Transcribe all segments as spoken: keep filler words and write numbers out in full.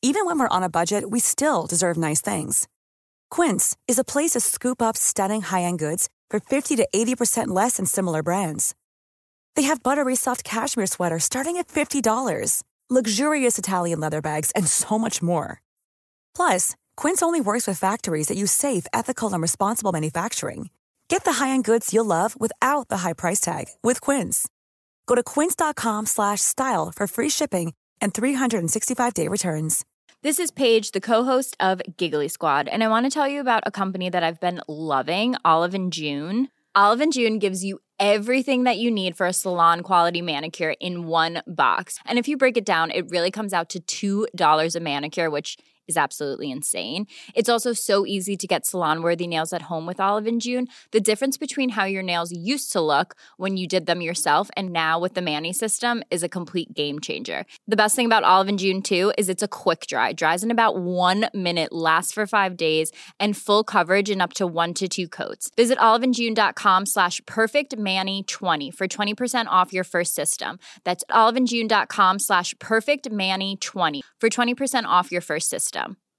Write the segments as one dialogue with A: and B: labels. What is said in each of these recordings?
A: Even when we're on a budget, we still deserve nice things. Quince is a place to scoop up stunning high-end goods for fifty to eighty percent less than similar brands. They have buttery soft cashmere sweaters starting at fifty dollars, luxurious Italian leather bags, and so much more. Plus, Quince only works with factories that use safe, ethical, and responsible manufacturing. Get the high-end goods you'll love without the high price tag with Quince. Go to quince.com slash style for free shipping and three sixty-five day returns.
B: This is Paige, the co-host of Giggly Squad, and I want to tell you about a company that I've been loving, Olive and June. Olive and June gives you everything that you need for a salon-quality manicure in one box. And if you break it down, it really comes out to two dollars a manicure, which is absolutely insane. It's also so easy to get salon-worthy nails at home with Olive and June. The difference between how your nails used to look when you did them yourself and now with the Mani system is a complete game changer. The best thing about Olive and June, too, is it's a quick dry. Dries in about one minute, lasts for five days, and full coverage in up to one to two coats. Visit oliveandjune.com slash perfectmani20 for twenty percent off your first system. That's oliveandjune.com slash perfectmani20 for twenty percent off your first system.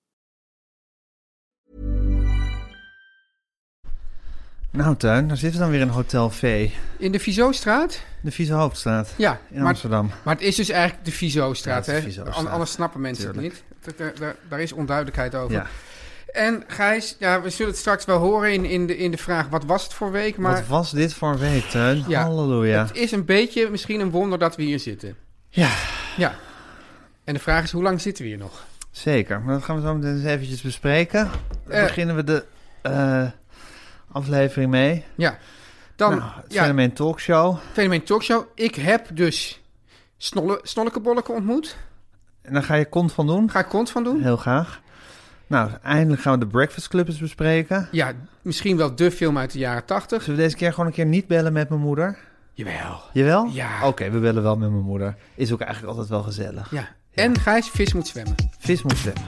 C: Nou, Teun, daar zitten we dan weer in Hotel V.
D: In de Vizostraat?
C: De Vieze Hoofdstraat.
D: Ja,
C: in
D: maar,
C: Amsterdam.
D: Maar het is dus eigenlijk de Vizostraat,
C: ja, de
D: hè?
C: Vizostraat.
D: Anders snappen mensen
C: Tuurlijk.
D: het niet. Daar, daar, daar is onduidelijkheid over.
C: Ja.
D: En Gijs, ja, we zullen het straks wel horen in, in, de, in de vraag... wat was het voor week? Maar,
C: Wat was dit voor een week, Teun?
D: Ja,
C: Halleluja.
D: het is een beetje misschien een wonder dat we hier zitten.
C: Ja.
D: Ja. En de vraag is, hoe lang zitten we hier nog?
C: Zeker, maar dat gaan we zo meteen eens eventjes bespreken. Dan
D: Uh,
C: beginnen we de uh, aflevering mee.
D: Ja. Dan,
C: nou, het
D: ja,
C: Fenomeen Talkshow.
D: Fenomeen Talkshow. Ik heb dus Snolle, Snollekebolleke ontmoet.
C: En daar ga je kont van doen.
D: Ga ik kont van doen.
C: Heel graag. Nou, eindelijk gaan we de Breakfast Club eens bespreken.
D: Ja, misschien wel de film uit de jaren tachtig.
C: Zullen we deze keer gewoon een keer niet bellen met mijn moeder?
D: Jawel.
C: Jawel?
D: Ja.
C: Oké, okay, we bellen wel met mijn moeder. Is ook eigenlijk altijd wel gezellig.
D: Ja. Ja. En Gijs, vis moet zwemmen.
C: Vis moet zwemmen.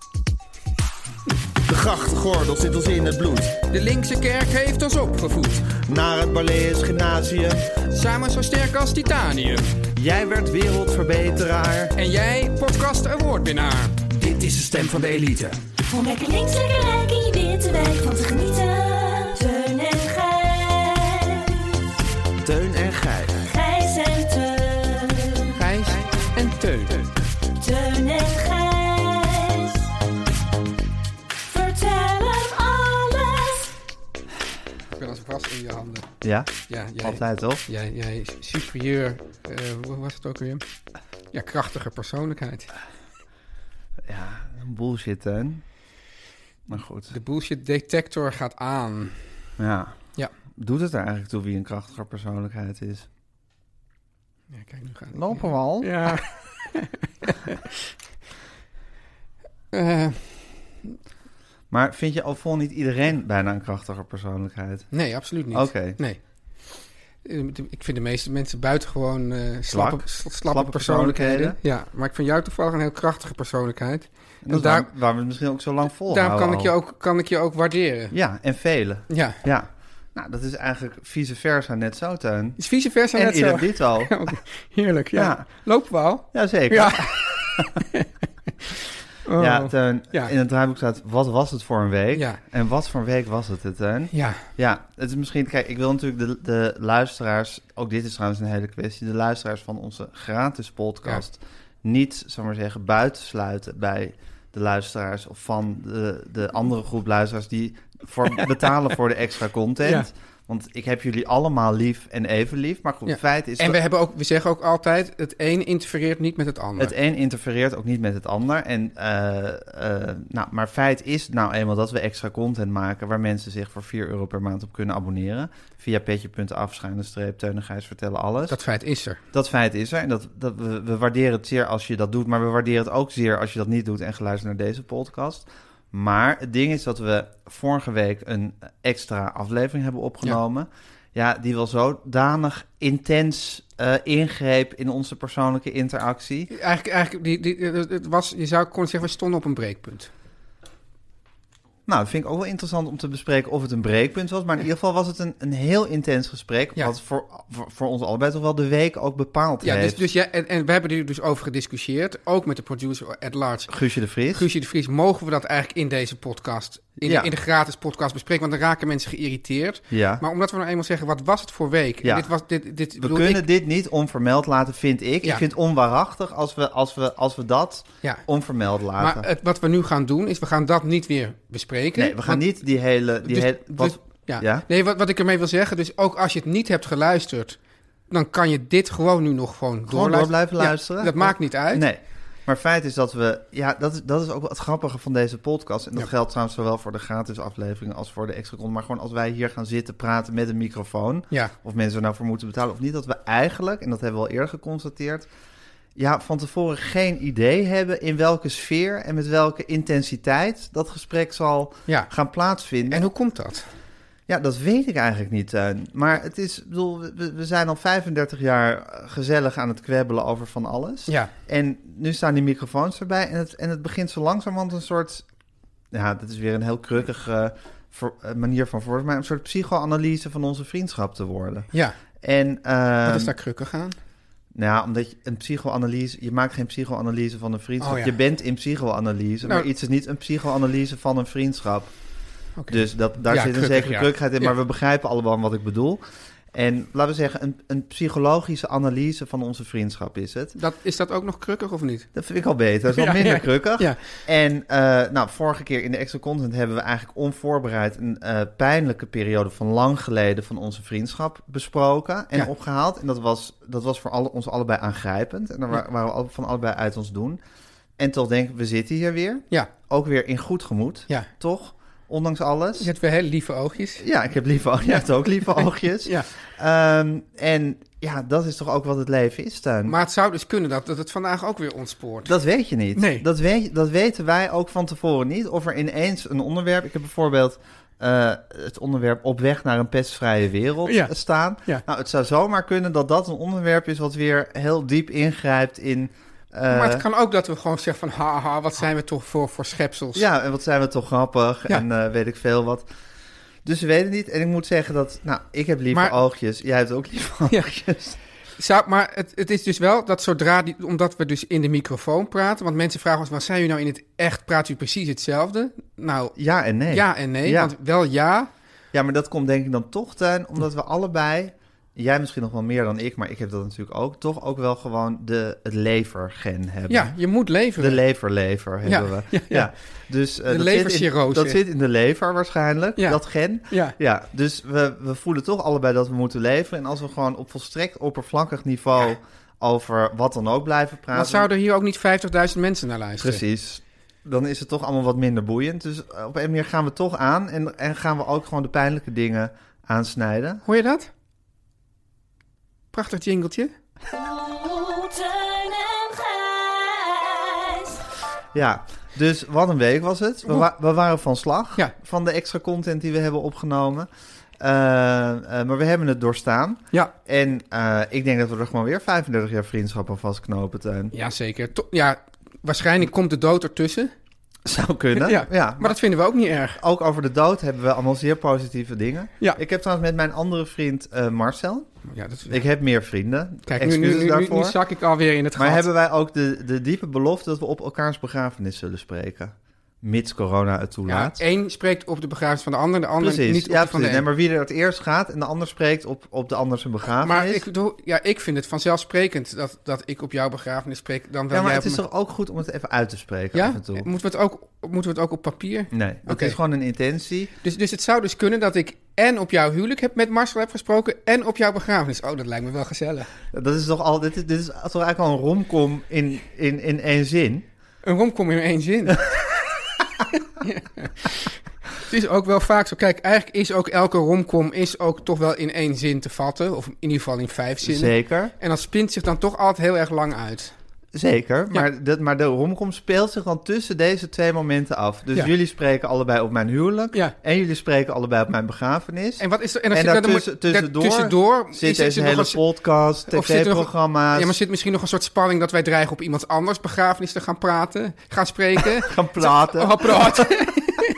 E: De grachtgordel zit ons in het bloed.
D: De linkse kerk heeft ons opgevoed.
E: Naar het Barlees Gymnasium.
D: Samen zo sterk als titanium.
E: Jij werd wereldverbeteraar.
D: En jij podcast awardwinnaar.
E: Dit is de stem van de elite.
F: Om lekker links, lekker rijk in je witte wijk van te genieten. Teun en Gijs.
E: Teun en Gijs.
F: Gijs en Teun.
D: Gijs en Teun.
F: Teun en Gijs. Vertel hem alles.
D: Ik ben als vast in je handen.
C: Ja?
D: Ja, jij,
C: Altijd, toch?
D: Jij, jij superieur, uh, hoe was het ook weer? Ja, krachtige persoonlijkheid.
C: Ja, bullshit, hè? Maar goed.
D: De bullshit detector gaat aan.
C: Ja.
D: Ja.
C: Doet het er eigenlijk toe wie een krachtige persoonlijkheid is?
D: Ja, kijk, nu gaat het.
C: Lopen we al?
D: Ja. uh,
C: Maar vind je al vol niet iedereen bijna een krachtige persoonlijkheid?
D: nee, absoluut niet.
C: Oké. Okay.
D: Nee. Ik vind de meeste mensen buitengewoon uh, slappe, slappe,
C: slappe
D: persoonlijkheden. Ja, maar ik vind jou toevallig een heel krachtige persoonlijkheid.
C: En en daar, waar we het misschien ook zo lang volhouden.
D: Daarom kan ik, je ook, kan ik je ook waarderen.
C: Ja, en velen.
D: Ja.
C: Ja. Nou, dat is eigenlijk vice versa net zo, Teun.
D: Is vice versa
C: en
D: net zo?
C: En dit al.
D: Heerlijk, ja. ja. Lopen we al?
C: Jazeker.
D: Ja.
C: Oh. Ja, Teun,
D: ja.
C: in het draaiboek staat, wat was het voor een week?
D: Ja.
C: En wat voor een week was het, Teun?
D: Ja.
C: Ja, het is misschien, kijk, ik wil natuurlijk de, de luisteraars, ook dit is trouwens een hele kwestie, de luisteraars van onze gratis podcast ja. niet, zal maar zeggen, buitensluiten bij de luisteraars of van de, de andere groep luisteraars die voor, betalen voor de extra content. Ja. Want ik heb jullie allemaal lief en even lief. Maar goed,
D: ja.
C: het feit is...
D: En
C: dat...
D: we, hebben ook, we zeggen ook altijd, het een interfereert niet met het ander.
C: Het een interfereert ook niet met het ander. En, uh, uh, nou, maar feit is nou eenmaal dat we extra content maken waar mensen zich voor vier euro per maand op kunnen abonneren. Via petje.af, schuine streep, Teun en Gijs vertellen alles.
D: Dat feit is er.
C: Dat feit is er. En dat, dat, we, we waarderen het zeer als je dat doet. Maar we waarderen het ook zeer als je dat niet doet en geluisterd naar deze podcast. Maar het ding is dat we vorige week een extra aflevering hebben opgenomen. Ja, ja die wel zodanig intens uh, ingreep in onze persoonlijke interactie.
D: Eigenlijk, eigenlijk die, die, het was, je zou kunnen zeggen, we stonden op een breekpunt.
C: Nou, dat vind ik ook wel interessant om te bespreken of het een breekpunt was. Maar in ieder geval was het een, een heel intens gesprek.
D: Ja.
C: Wat voor, voor, voor ons allebei toch wel de week ook bepaald
D: Ja, dus,
C: heeft.
D: dus ja, en, en we hebben er dus over gediscussieerd. Ook met de producer at large.
C: Guusje de Vries.
D: Guusje de Vries, mogen we dat eigenlijk in deze podcast, in,
C: Ja.
D: de, in de gratis podcast bespreken? Want dan raken mensen geïrriteerd.
C: Ja.
D: Maar omdat we nou eenmaal zeggen, wat was het voor week?
C: Ja.
D: En dit was, dit, dit,
C: We
D: bedoel,
C: kunnen
D: ik,
C: dit niet onvermeld laten, vind ik.
D: Ja.
C: Ik vind het onwaarachtig als we, als we, als we dat
D: Ja.
C: onvermeld laten.
D: Maar het, wat we nu gaan doen, is we gaan dat niet weer bespreken.
C: nee, we gaan
D: Want-
C: niet die hele... Die
D: dus-
C: hele wat,
D: dus- ja.
C: ja?
D: Nee, wat, wat ik ermee wil zeggen, dus ook als je het niet hebt geluisterd, dan kan je dit gewoon nu nog gewoon,
C: Gewoon door blijven
D: Ja,
C: luisteren?
D: dat maakt niet uit.
C: Nee. Maar feit is dat we... Ja, dat is, dat is ook wel het grappige van deze podcast. En dat
D: Ja.
C: geldt trouwens zowel voor de gratis afleveringen als voor de extra content. Maar gewoon als wij hier gaan zitten praten met een microfoon...
D: Ja,
C: of mensen er nou voor moeten betalen of niet... dat we eigenlijk, en dat hebben we al eerder geconstateerd... ja, van tevoren geen idee hebben in welke sfeer... en met welke intensiteit dat gesprek zal
D: ja.
C: gaan plaatsvinden.
D: En hoe komt dat?
C: Ja, dat weet ik eigenlijk niet, Teun. Maar het is, ik bedoel, we, we zijn al vijfendertig jaar gezellig aan het kwebbelen over van alles.
D: Ja,
C: En nu staan die microfoons erbij en het, en het begint zo langzamerhand een soort... Ja, dat is weer een heel krukkige voor, uh, manier van voor, maar een soort psychoanalyse van onze vriendschap te worden.
D: ja.
C: En, uh,
D: Wat is daar krukkig aan?
C: nou ja, omdat je een psychoanalyse... Je maakt geen psychoanalyse van een vriendschap.
D: Oh, ja.
C: Je bent in psychoanalyse,
D: Nou,
C: maar iets is niet een psychoanalyse van een vriendschap.
D: Oké.
C: Dus dat, daar
D: Ja,
C: zit een
D: krukkig,
C: zekere
D: ja.
C: krukkigheid in,
D: Ja.
C: maar we begrijpen allemaal wat ik bedoel. En laten we zeggen, een, een psychologische analyse van onze vriendschap is het.
D: Dat, is dat ook nog krukkig of niet?
C: Dat vind ik al beter, dat is wat
D: Ja,
C: minder
D: ja.
C: krukkig.
D: Ja,
C: En uh, nou, vorige keer in de extra content hebben we eigenlijk onvoorbereid een uh, pijnlijke periode van lang geleden van onze vriendschap besproken en
D: Ja.
C: opgehaald. En dat was, dat was voor alle, ons allebei aangrijpend. En daar wa- waren we al- van allebei uit ons doen. En toch denk ik, we zitten hier weer.
D: ja,
C: Ook weer in goed gemoed,
D: ja.
C: toch? Ondanks alles.
D: Je hebt weer hele lieve oogjes.
C: Ja, ik heb lieve oogjes. Je hebt ook lieve oogjes.
D: Ja.
C: Ehm, en ja, dat is toch ook wat het leven is, Teun.
D: Maar het zou dus kunnen dat, dat het vandaag ook weer ontspoort.
C: Dat weet je niet.
D: Nee.
C: Dat, weet, dat weten wij ook van tevoren niet. Of er ineens een onderwerp... Ik heb bijvoorbeeld uh, het onderwerp op weg naar een pestvrije wereld
D: Ja.
C: staan.
D: Ja.
C: Nou, het zou zomaar kunnen dat dat een onderwerp is... wat weer heel diep ingrijpt in... Uh,
D: maar het kan ook dat we gewoon zeggen van... haha, wat zijn we toch voor, voor schepsels.
C: Ja, en wat zijn we toch grappig
D: Ja.
C: en uh, weet ik veel wat. Dus we weten het niet. En ik moet zeggen dat... Nou, ik heb lieve
D: Maar-
C: oogjes. Jij hebt ook lieve
D: Ja.
C: oogjes.
D: Zou, maar het, het is dus wel dat zodra... Die, omdat we dus in de microfoon praten... want mensen vragen ons... wat zijn u nou in het echt? Praat u precies hetzelfde? Nou,
C: Ja en nee.
D: ja en nee.
C: Ja.
D: Want wel ja...
C: Ja, maar dat komt denk ik dan toch, Teun, omdat we allebei... Jij misschien nog wel meer dan ik, maar ik heb dat natuurlijk ook... toch ook wel gewoon de, het levergen hebben.
D: Ja, je moet leveren.
C: De leverlever hebben
D: Ja,
C: we.
D: ja, ja.
C: Dus, uh,
D: De
C: dat
D: levercirrose.
C: Zit in, dat zit in de lever waarschijnlijk,
D: Ja.
C: dat gen.
D: Ja.
C: Ja, dus we, we voelen toch allebei dat we moeten leveren. En als we gewoon op volstrekt oppervlakkig niveau...
D: Ja.
C: over wat dan ook blijven praten...
D: Dan zouden er hier ook niet vijftigduizend mensen naar luisteren.
C: Precies. Dan is het toch allemaal wat minder boeiend. Dus op een manier gaan we toch aan... en, en gaan we ook gewoon de pijnlijke dingen aansnijden.
D: Hoor je dat? Prachtig jingletje.
F: Oeh, Teun en Gijs.
C: Ja, dus wat een week was het. We, wa- we waren van slag
D: Ja.
C: van de extra content die we hebben opgenomen. Uh, uh, maar we hebben het doorstaan.
D: Ja,
C: En uh, ik denk dat we er gewoon weer vijfendertig jaar vriendschap aan vastknopen, Teun.
D: ja zeker. To- ja, waarschijnlijk komt de dood ertussen.
C: Zou kunnen.
D: Ja,
C: Ja,
D: Maar dat vinden we ook niet erg.
C: ook over de dood hebben we allemaal zeer positieve dingen.
D: Ja.
C: Ik heb trouwens met mijn andere vriend uh, Marcel...
D: Ja, dat is...
C: Ik heb meer vrienden.
D: Kijk, nu, nu,
C: Excuses
D: nu, nu,
C: daarvoor.
D: nu zak ik alweer in het
C: Maar
D: gat.
C: hebben wij ook de, de diepe belofte dat we op elkaars begrafenis zullen spreken? Mits corona het
D: Ja,
C: toelaat.
D: één spreekt op de begrafenis van de ander, de ander
C: Precies,
D: niet op
C: ja,
D: die van de
C: precies. Nee,
D: een.
C: maar wie er het eerst gaat en de ander spreekt op, op de ander zijn begrafenis.
D: Maar ik, bedoel, ja, ik vind het vanzelfsprekend dat, dat ik op jouw begrafenis spreek dan wel
C: ja, maar
D: jij
C: het is
D: op
C: toch ook goed om het even uit te spreken
D: Ja?
C: af en toe?
D: Moeten we, het ook, moeten we het ook op papier?
C: Nee, het
D: Oké.
C: is gewoon een intentie.
D: Dus, dus het zou dus kunnen dat ik en op jouw huwelijk heb met Marcel heb gesproken en op jouw begrafenis. Oh, dat lijkt me wel gezellig.
C: Dat is toch al, dit, is, dit is toch eigenlijk al een romcom in, in, in één zin?
D: Een romcom in één zin. Ja. Het is ook wel vaak zo. Kijk, eigenlijk is ook elke romcom is ook toch wel in één zin te vatten. Of in ieder geval in vijf zinnen.
C: Zeker,
D: En dat spint zich dan toch altijd heel erg lang uit.
C: zeker. Maar, dat, maar de romcom speelt zich dan tussen deze twee momenten af. Dus
D: Ja.
C: jullie spreken allebei op mijn huwelijk.
D: Ja.
C: En jullie spreken allebei op mijn begrafenis.
D: En wat is er? En, dan
C: En
D: zit- dan
C: daartussen-
D: moet- daar-
C: tussendoor
D: tussendoor
C: Zit
D: is-
C: deze
D: is er
C: hele
D: nog een-
C: podcast,
D: of zit er nog-
C: tv-programma's.
D: Ja, maar zit misschien nog een soort spanning dat wij dreigen op iemand anders begrafenis te gaan praten, gaan spreken.
C: gaan praten.
D: Oh, praten.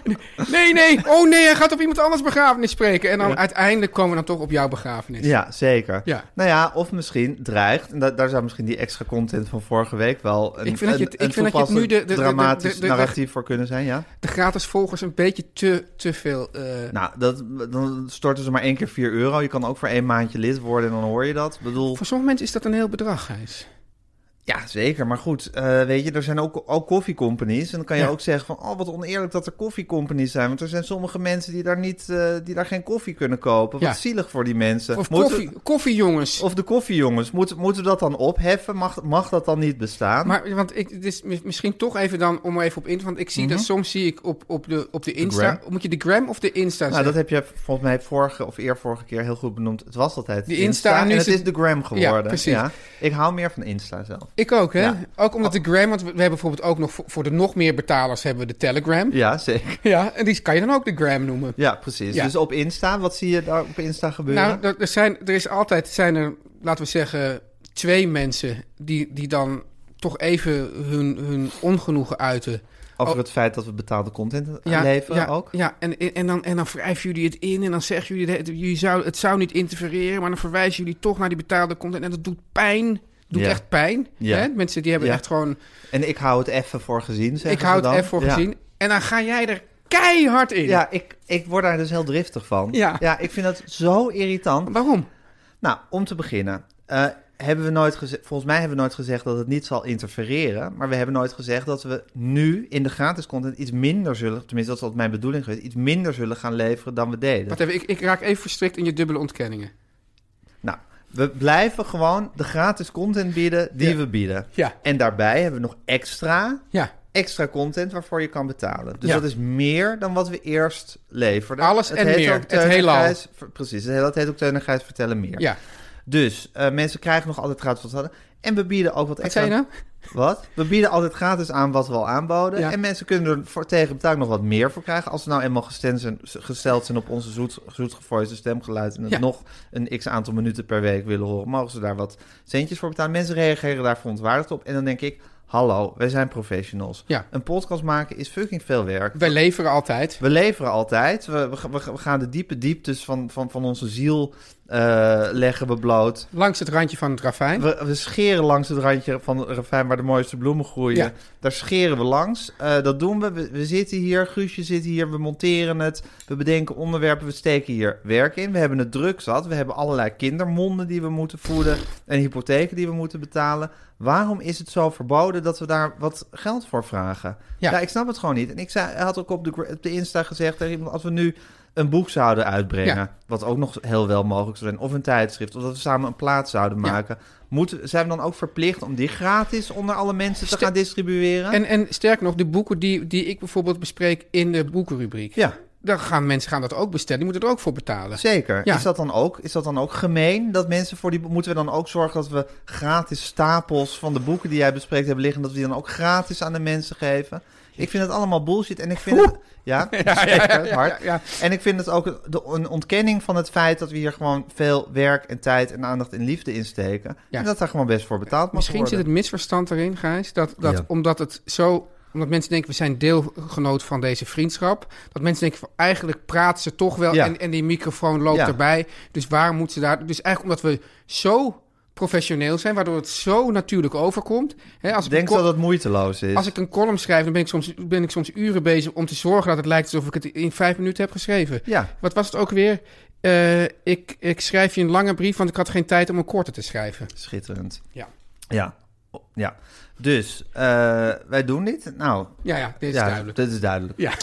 D: Nee, nee. Oh nee, hij gaat op iemand anders begrafenis spreken. En dan
C: Ja.
D: uiteindelijk komen we dan toch op jouw begrafenis.
C: Ja, zeker.
D: Ja.
C: Nou ja, of misschien dreigt, en da- daar zou misschien die extra content van vorige week wel een,
D: Ik vind dat je het-
C: een,
D: ik vind dat je het nu de- de- de-
C: dramatisch
D: de- de- de-
C: narratief voor kunnen zijn, ja.
D: De gratis volgers een beetje te, te veel... eh,
C: Nou, dat, dan storten ze maar één keer vier euro. Je kan ook voor één maandje lid worden en dan hoor je dat. Ik bedoel,
D: Voor sommige mensen is dat een heel bedrag, Gijs.
C: ja, zeker. Maar goed, eh, weet je, er zijn ook, ook koffiecompanies. En dan kan je
D: Ja.
C: ook zeggen van, oh, wat oneerlijk dat er koffiecompanies zijn. Want er zijn sommige mensen die daar, niet, eh, die daar geen koffie kunnen kopen. Wat
D: Ja.
C: zielig voor die mensen.
D: Of
C: Moeten-
D: koffie, koffiejongens.
C: Of de koffiejongens. Moeten, moeten we dat dan opheffen? Mag, mag dat dan niet bestaan?
D: Maar want ik, het is mis- misschien toch even dan, om er even op in te... Want ik zie
C: Mhm.
D: dat soms zie ik op, op, de, op de Insta...
C: gram.
D: Moet je de gram of de Insta
C: Nou,
D: zeggen?
C: dat heb je volgens mij vorige of eervorige keer heel goed benoemd. Het was altijd
D: Die
C: Insta,
D: Insta, nu
C: en
D: is
C: het
D: het-
C: is de gram geworden.
D: Ja, precies.
C: Ik hou meer van Insta zelf.
D: Ik ook, hè?
C: Ja.
D: Ook omdat de gram... Want we, we hebben bijvoorbeeld ook nog... Voor, voor de nog meer betalers hebben we de Telegram.
C: Ja, zeker.
D: Ja, en die kan je dan ook de gram noemen.
C: Ja, precies.
D: Ja.
C: Dus op Insta, wat zie je daar op Insta gebeuren?
D: Nou, er, er, zijn, er is altijd... Zijn er, laten we zeggen, twee mensen... die, die dan toch even hun, hun ongenoegen uiten...
C: Over
D: oh.
C: het feit dat we betaalde content
D: Ja,
C: leveren
D: ja,
C: ook.
D: Ja, en, en, dan, en dan wrijven jullie het in en dan zeggen jullie... dat jullie zou, het zou niet interfereren, maar dan verwijzen jullie toch naar die betaalde content. En dat doet pijn. Doet
C: Ja.
D: echt pijn.
C: Ja.
D: Hè? Mensen die hebben
C: Ja.
D: echt gewoon...
C: En ik hou het even voor gezien, zeggen
D: Ik
C: ze
D: hou het
C: dan.
D: even voor
C: Ja.
D: gezien. En dan ga jij er keihard in.
C: Ja, ik, ik word daar dus heel driftig van.
D: Ja.
C: ja, ik vind dat zo irritant.
D: Waarom?
C: Nou, om te beginnen. eh, hebben we nooit gezegd, volgens mij hebben we nooit gezegd dat het niet zal interfereren. Maar we hebben nooit gezegd dat we nu in de gratis content iets minder zullen, tenminste dat is altijd mijn bedoeling geweest, iets minder zullen gaan leveren dan we deden.
D: Wat even, ik, ik raak even verstrikt in je dubbele ontkenningen.
C: Nou, we blijven gewoon de gratis content bieden die
D: Ja.
C: we bieden.
D: Ja,
C: En daarbij hebben we nog extra,
D: ja.
C: extra content waarvoor je kan betalen. Dus
D: Ja.
C: dat is meer dan wat we eerst leverden.
D: Alles en
C: heet
D: meer.
C: ook
D: Het
C: Teun en
D: heelal.
C: Gijs- Precies, het hele- het heet ook Teun en Gijs vertellen meer.
D: Ja.
C: Dus uh, mensen krijgen nog altijd gratis wat ze hadden. En we bieden ook wat
D: Wat
C: extra...
D: zei je nou?
C: Wat? We bieden altijd gratis aan wat we al aanboden.
D: Ja.
C: En mensen kunnen er voor tegen betaling nog wat meer voor krijgen. Als ze nou eenmaal gesteld zijn, gesteld zijn op onze zoet, zoetgevoiste stemgeluid... en het
D: Ja.
C: nog een x aantal minuten per week willen horen... mogen ze daar wat centjes voor betalen. Mensen reageren daar verontwaardigd op. En dan denk ik, hallo, wij zijn professionals.
D: Ja.
C: Een podcast maken is fucking veel werk.
D: Wij leveren altijd.
C: We leveren altijd. We, we, we, we gaan de diepe dieptes van, van, van onze ziel uh, leggen we bloot.
D: Langs het randje van het ravijn.
C: We, we scheren langs het randje van het ravijn waar de mooiste bloemen groeien.
D: Ja.
C: Daar scheren we langs. Uh, dat doen we. we. We zitten hier, Guusje zit hier, we monteren het. We bedenken onderwerpen, we steken hier werk in. We hebben het druk zat. We hebben allerlei kindermonden die we moeten voeden. En hypotheken die we moeten betalen. Waarom is het zo verboden dat we daar wat geld voor vragen?
D: Ja.
C: Ja, ik snap het gewoon niet. En ik zei, hij had ook op de, op de Insta gezegd tegen iemand, als we nu een boek zouden uitbrengen,
D: Ja.
C: wat ook nog heel wel mogelijk zou zijn, of een tijdschrift, of dat we samen een plaat zouden
D: Ja.
C: maken, moeten, zijn we dan ook verplicht om die gratis onder alle mensen te
D: Ste-
C: gaan distribueren?
D: En, en sterker nog, de boeken die, die ik bijvoorbeeld bespreek in de boekenrubriek.
C: Ja,
D: Dan gaan mensen gaan dat ook bestellen. Die moeten er ook voor betalen.
C: zeker.
D: Ja.
C: Is, dat dan ook, is dat dan ook gemeen dat mensen voor die... Moeten we dan ook zorgen dat we gratis stapels van de boeken die jij bespreekt hebben liggen, dat we die dan ook gratis aan de mensen geven? Ik vind het allemaal bullshit en ik vind het... Ja,
D: Ja,
C: zeker,
D: ja, ja,
C: hard.
D: ja, ja.
C: En ik vind het ook de, een ontkenning van het feit dat we hier gewoon veel werk en tijd en aandacht en liefde in steken.
D: Ja.
C: En dat daar gewoon best voor betaald mag
D: Misschien
C: worden.
D: zit het misverstand erin, Gijs. Dat, dat
C: Ja.
D: omdat het zo... Omdat mensen denken, we zijn deelgenoot van deze vriendschap. Dat mensen denken, van, eigenlijk praten ze toch wel
C: Ja.
D: en, en die microfoon loopt
C: Ja.
D: erbij. Dus waar moeten ze daar... Dus eigenlijk omdat we zo professioneel zijn, waardoor het zo natuurlijk overkomt. Hè, als
C: Ik
D: ik
C: denk
D: een
C: dat
D: co-
C: het moeiteloos is.
D: Als ik een column schrijf, dan ben ik, soms, ben ik soms uren bezig om te zorgen dat het lijkt alsof ik het in vijf minuten heb geschreven.
C: Ja,
D: Wat was het ook weer? Eh, ik, ik schrijf je een lange brief, want ik had geen tijd om een korte te schrijven.
C: schitterend.
D: Ja.
C: Ja, ja. Dus, uh, wij doen dit. Nou,
D: Ja, ja, dit is
C: ja,
D: duidelijk.
C: dit is duidelijk.
D: Ja.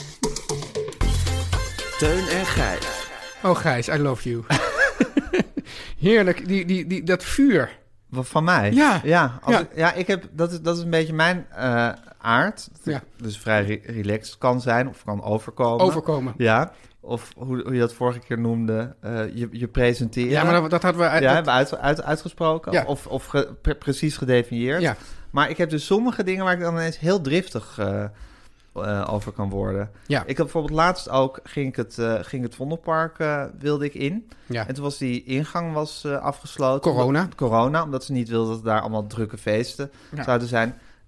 E: Teun en Gijs.
D: Oh, Gijs, I love you. Heerlijk, die, die, die, dat vuur.
C: Wat van mij?
D: Ja.
C: Ja, als
D: Ja.
C: Ik, ja ik heb, dat, is, dat is een beetje mijn uh, aard. Dat
D: Ja.
C: ik dus vrij re- relaxed kan zijn of kan overkomen.
D: Overkomen.
C: Ja, of hoe, hoe je dat vorige keer noemde, uh, je, je presenteren.
D: Ja, maar dat, dat hadden we... Uit,
C: Ja,
D: dat-
C: hebben we uit, uit, uitgesproken
D: Ja.
C: of, of ge- pre- precies gedefinieerd.
D: ja,
C: Maar ik heb dus sommige dingen waar ik dan ineens heel driftig uh, uh, over kan worden.
D: ja,
C: Ik had bijvoorbeeld laatst ook, ging ik het, uh, ging het Vondelpark uh, wilde ik in.
D: ja.
C: En toen was die ingang was, uh, afgesloten.
D: Corona.
C: Omdat, corona, omdat ze niet wilden dat er daar allemaal drukke feesten
D: Ja.
C: zouden zijn.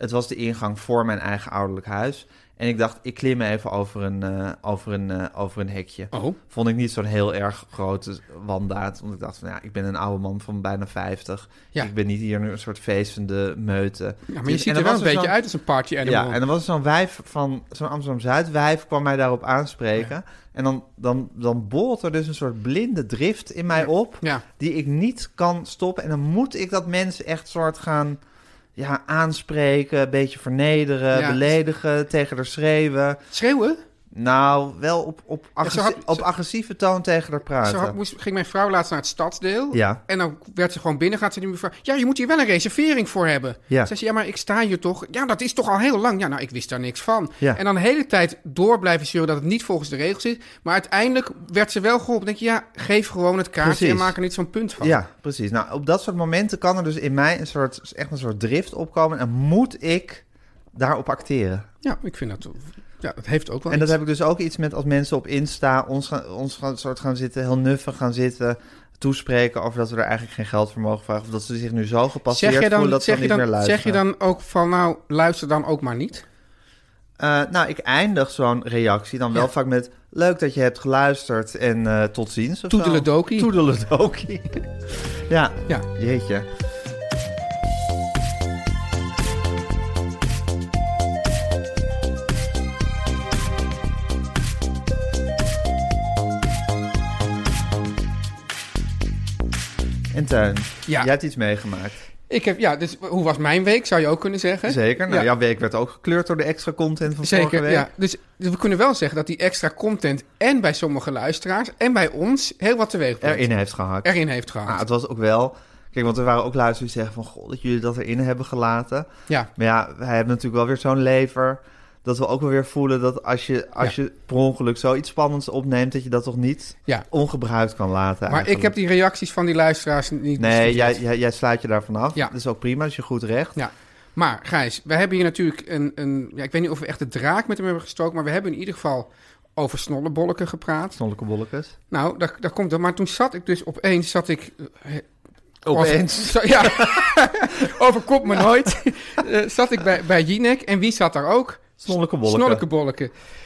C: Het was de ingang voor mijn eigen ouderlijk huis. En ik dacht, ik klim even over een, uh, over een, uh, over een hekje.
D: Oh.
C: Vond ik niet zo'n heel erg grote wandaad. Want ik dacht van, ja, ik ben een oude man van bijna vijftig.
D: Ja.
C: Ik ben niet hier nu een soort feestende meute.
D: Ja, maar je
C: Dus-
D: ziet
C: en
D: er wel een
C: was
D: beetje
C: zo'n-
D: uit als een party animal.
C: Ja, en dan was er zo'n wijf van, zo'n Amsterdam-Zuid-wijf kwam mij daarop aanspreken.
D: Ja.
C: En dan, dan, dan bolt er dus een soort blinde drift in mij op,
D: Ja.
C: die ik niet kan stoppen. En dan moet ik dat mensen echt soort gaan ja, aanspreken, een beetje vernederen,
D: Ja.
C: beledigen, tegen haar schreeuwen.
D: Schreeuwen?
C: Nou, wel op, op, agressi-
D: had-
C: op
D: ze-
C: agressieve toon tegen haar praten.
D: Zo had- moest, ging mijn vrouw laatst naar het stadsdeel.
C: Ja.
D: En dan werd ze gewoon binnen. Gaat ze die mevrouw. Ja, je moet hier wel een reservering voor hebben.
C: Ja.
D: Zei ze, ja, maar ik sta hier toch. Ja, dat is toch al heel lang. Ja, nou, ik wist daar niks van.
C: Ja.
D: En dan de hele tijd door blijven zeuren dat het niet volgens de regels is. Maar uiteindelijk werd ze wel geholpen. Dan denk je, ja, geef gewoon het kaartje
C: Precies.
D: en maak er niet zo'n punt van.
C: Ja, precies. Nou, op dat soort momenten kan er dus in mij een soort, echt een soort drift opkomen. En moet ik daarop acteren.
D: Ja, ik vind dat... Ja, dat heeft ook wel
C: En dat
D: iets.
C: heb ik dus ook iets met als mensen op Insta ons gaan, ons gaan, soort gaan zitten, heel nuffig gaan zitten, toespreken over dat we er eigenlijk geen geld voor mogen vragen. Of dat ze zich nu zo gepasseerd
D: Zeg je
C: voelen
D: dan,
C: dat ze
D: zeg
C: dan
D: je
C: niet meer
D: dan,
C: luisteren.
D: zeg je dan ook van, nou, luister dan ook maar niet?
C: Uh, nou, ik eindig zo'n reactie dan wel
D: Ja.
C: vaak met, leuk dat je hebt geluisterd en uh, tot ziens. Of zo.
D: Toedeledokie.
C: Toedeledokie. ja,
D: Ja.
C: jeetje. En Teun,
D: Ja.
C: jij hebt iets meegemaakt.
D: Ik heb, ja, dus hoe was mijn week, zou je ook kunnen zeggen?
C: Zeker. Nou,
D: Ja.
C: jouw week werd ook gekleurd door de extra content van vorige
D: Zeker,
C: week.
D: ja. Dus, dus we kunnen wel zeggen dat die extra content en bij sommige luisteraars en bij ons heel wat teweeg brengt.
C: Erin heeft gehakt.
D: Erin heeft gehad.
C: Nou, het was ook wel... Kijk, want er waren ook luisteraars die zeggen van... Goh, dat jullie dat erin hebben gelaten.
D: Ja,
C: Maar ja, wij hebben natuurlijk wel weer zo'n lever... dat we ook wel weer voelen dat als je, als je per ongeluk zoiets spannends opneemt... dat je dat toch niet
D: ja.
C: ongebruikt kan laten
D: Maar
C: eigenlijk.
D: ik heb die reacties van die luisteraars niet
C: Nee, jij,
D: bestudeerd.
C: jij, jij sluit je daarvan af.
D: Ja.
C: Dat is ook prima, dat is je goed recht.
D: Ja. Maar Gijs, we hebben hier natuurlijk een, een... Ja, ik weet niet of we echt de draak met hem hebben gestoken... maar we hebben in ieder geval over snollebolken gepraat.
C: Snolleke bollekes.
D: Nou, daar, daar komt er. Maar toen zat ik dus opeens... zat ik... eh,
C: Opeens.
D: Zo, ja, overkomt me nooit. Eh, zat ik bij, bij Jinek en wie zat daar ook?
C: Snolleke bolleke.
D: Snollekebolleke.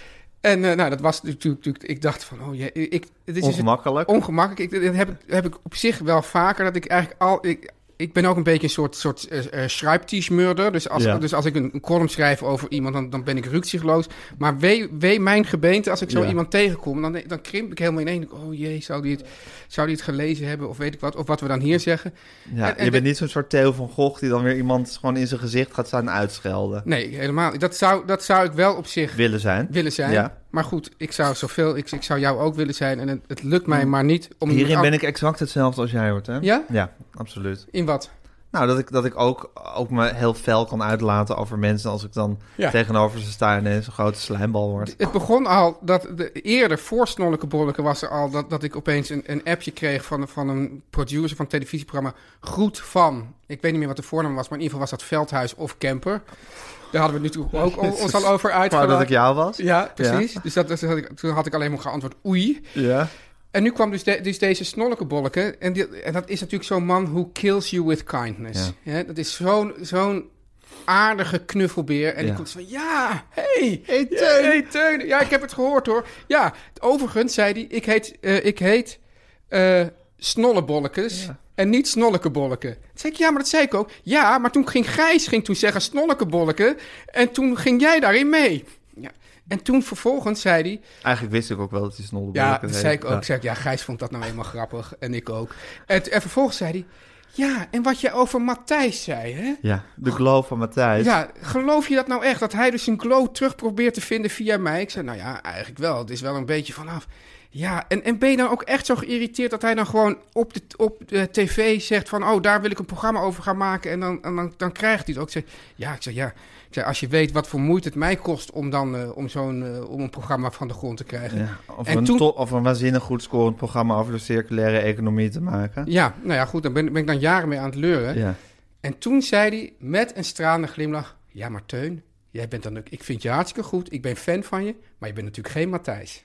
D: En uh, nou, dat was natuurlijk, natuurlijk... Ik dacht van, oh jee, ik... Het is
C: Ongemakkelijk.
D: Dus ongemakkelijk. Ik, dat heb, ik, heb ik op zich wel vaker, dat ik eigenlijk al... Ik, ik ben ook een beetje een soort, soort uh, uh, schrijftischmurder. Dus als,
C: Ja.
D: dus als ik een, een column schrijf over iemand, dan, dan ben ik rukzichtloos. Maar wee, wee mijn gebeente, als ik zo
C: Ja.
D: iemand tegenkom, dan, dan krimp ik helemaal ineen. Oh jee, zou die, het, zou die het gelezen hebben? Of weet ik wat. Of wat we dan hier zeggen.
C: Ja,
D: En- en
C: je bent
D: de-
C: niet zo'n soort Theo van Gogh... die dan weer iemand gewoon in zijn gezicht gaat staan uitschelden.
D: Nee, helemaal niet. Dat zou, dat zou ik wel op zich
C: Willen zijn.
D: willen zijn.
C: Ja.
D: Maar goed, ik zou zoveel... Ik, ik zou jou ook willen zijn. En het, het lukt mij maar niet om...
C: Hierin
D: af-
C: ben ik exact hetzelfde als jij hoort, hè?
D: Ja?
C: Ja, absoluut.
D: In wat?
C: Nou, dat ik, dat ik ook, ook me heel fel kan uitlaten over mensen... als ik dan
D: Ja.
C: tegenover ze sta en ineens een grote slijmbal word.
D: Het begon al, dat de, eerder voor Snollekebolleke was er al... dat, dat ik opeens een, een appje kreeg van, van een producer van het televisieprogramma... Groet van, ik weet niet meer wat de voornaam was... maar in ieder geval was dat Veldhuis of Camper. Daar hadden we natuurlijk ook o- ons al over
C: Waar
D: uitgelaten.
C: dat ik jou was.
D: Ja, precies. Dus dat, dat had ik, toen had ik alleen maar geantwoord oei.
C: Ja.
D: En nu kwam dus, de, dus deze Snollekebolleke. En, die, en dat is natuurlijk zo'n man who kills you with kindness. Ja, dat is zo'n zo'n aardige knuffelbeer. En
C: Ja.
D: die komt zo van, ja, hey,
C: Hey,
D: ja,
C: Teun.
D: hey, Teun. Ja, ik heb het gehoord hoor. Ja, overigens zei hij, ik heet, uh, ik heet uh, Snollebollekes
C: Ja.
D: en niet Snollekebolleke. Toen zei ik, ja, maar dat zei ik ook. Ja, maar toen ging Gijs ging toen zeggen Snollekebolleke en toen ging jij daarin mee. Ja. En toen vervolgens zei hij...
C: Eigenlijk wist ik ook wel dat hij snollebolleke
D: Ja, dat
C: heet.
D: zei ik ook.
C: Ja.
D: Ik zei, ja, Gijs vond dat nou eenmaal grappig. En ik ook. En, en vervolgens zei hij... Ja, en wat je over Matthijs zei, hè?
C: Ja, de glow van Matthijs.
D: Ja, geloof je dat nou echt? Dat hij dus zijn glow terug probeert te vinden via mij? Ik zei, nou ja, eigenlijk wel. Het is wel een beetje vanaf. Ja, en, en ben je dan ook echt zo geïrriteerd dat hij dan gewoon op de, op de tv zegt van... oh, daar wil ik een programma over gaan maken en dan, en dan, dan krijgt hij het ook. Ik zei, ja, ik zeg, ja. Ik zei, als je weet wat voor moeite het mij kost om dan uh, om zo'n uh, om een programma van de grond te krijgen.
C: Ja, of,
D: En
C: een
D: toen-
C: to- of een waanzinnig goed scorend programma over de circulaire economie te maken.
D: Ja, nou ja, goed, daar ben, ben ik dan jaren mee aan het leuren.
C: Ja.
D: En toen zei hij met een stralende glimlach... Ja, maar Teun, jij bent dan ook... Ik vind je hartstikke goed, ik ben fan van je... maar je bent natuurlijk geen Matthijs.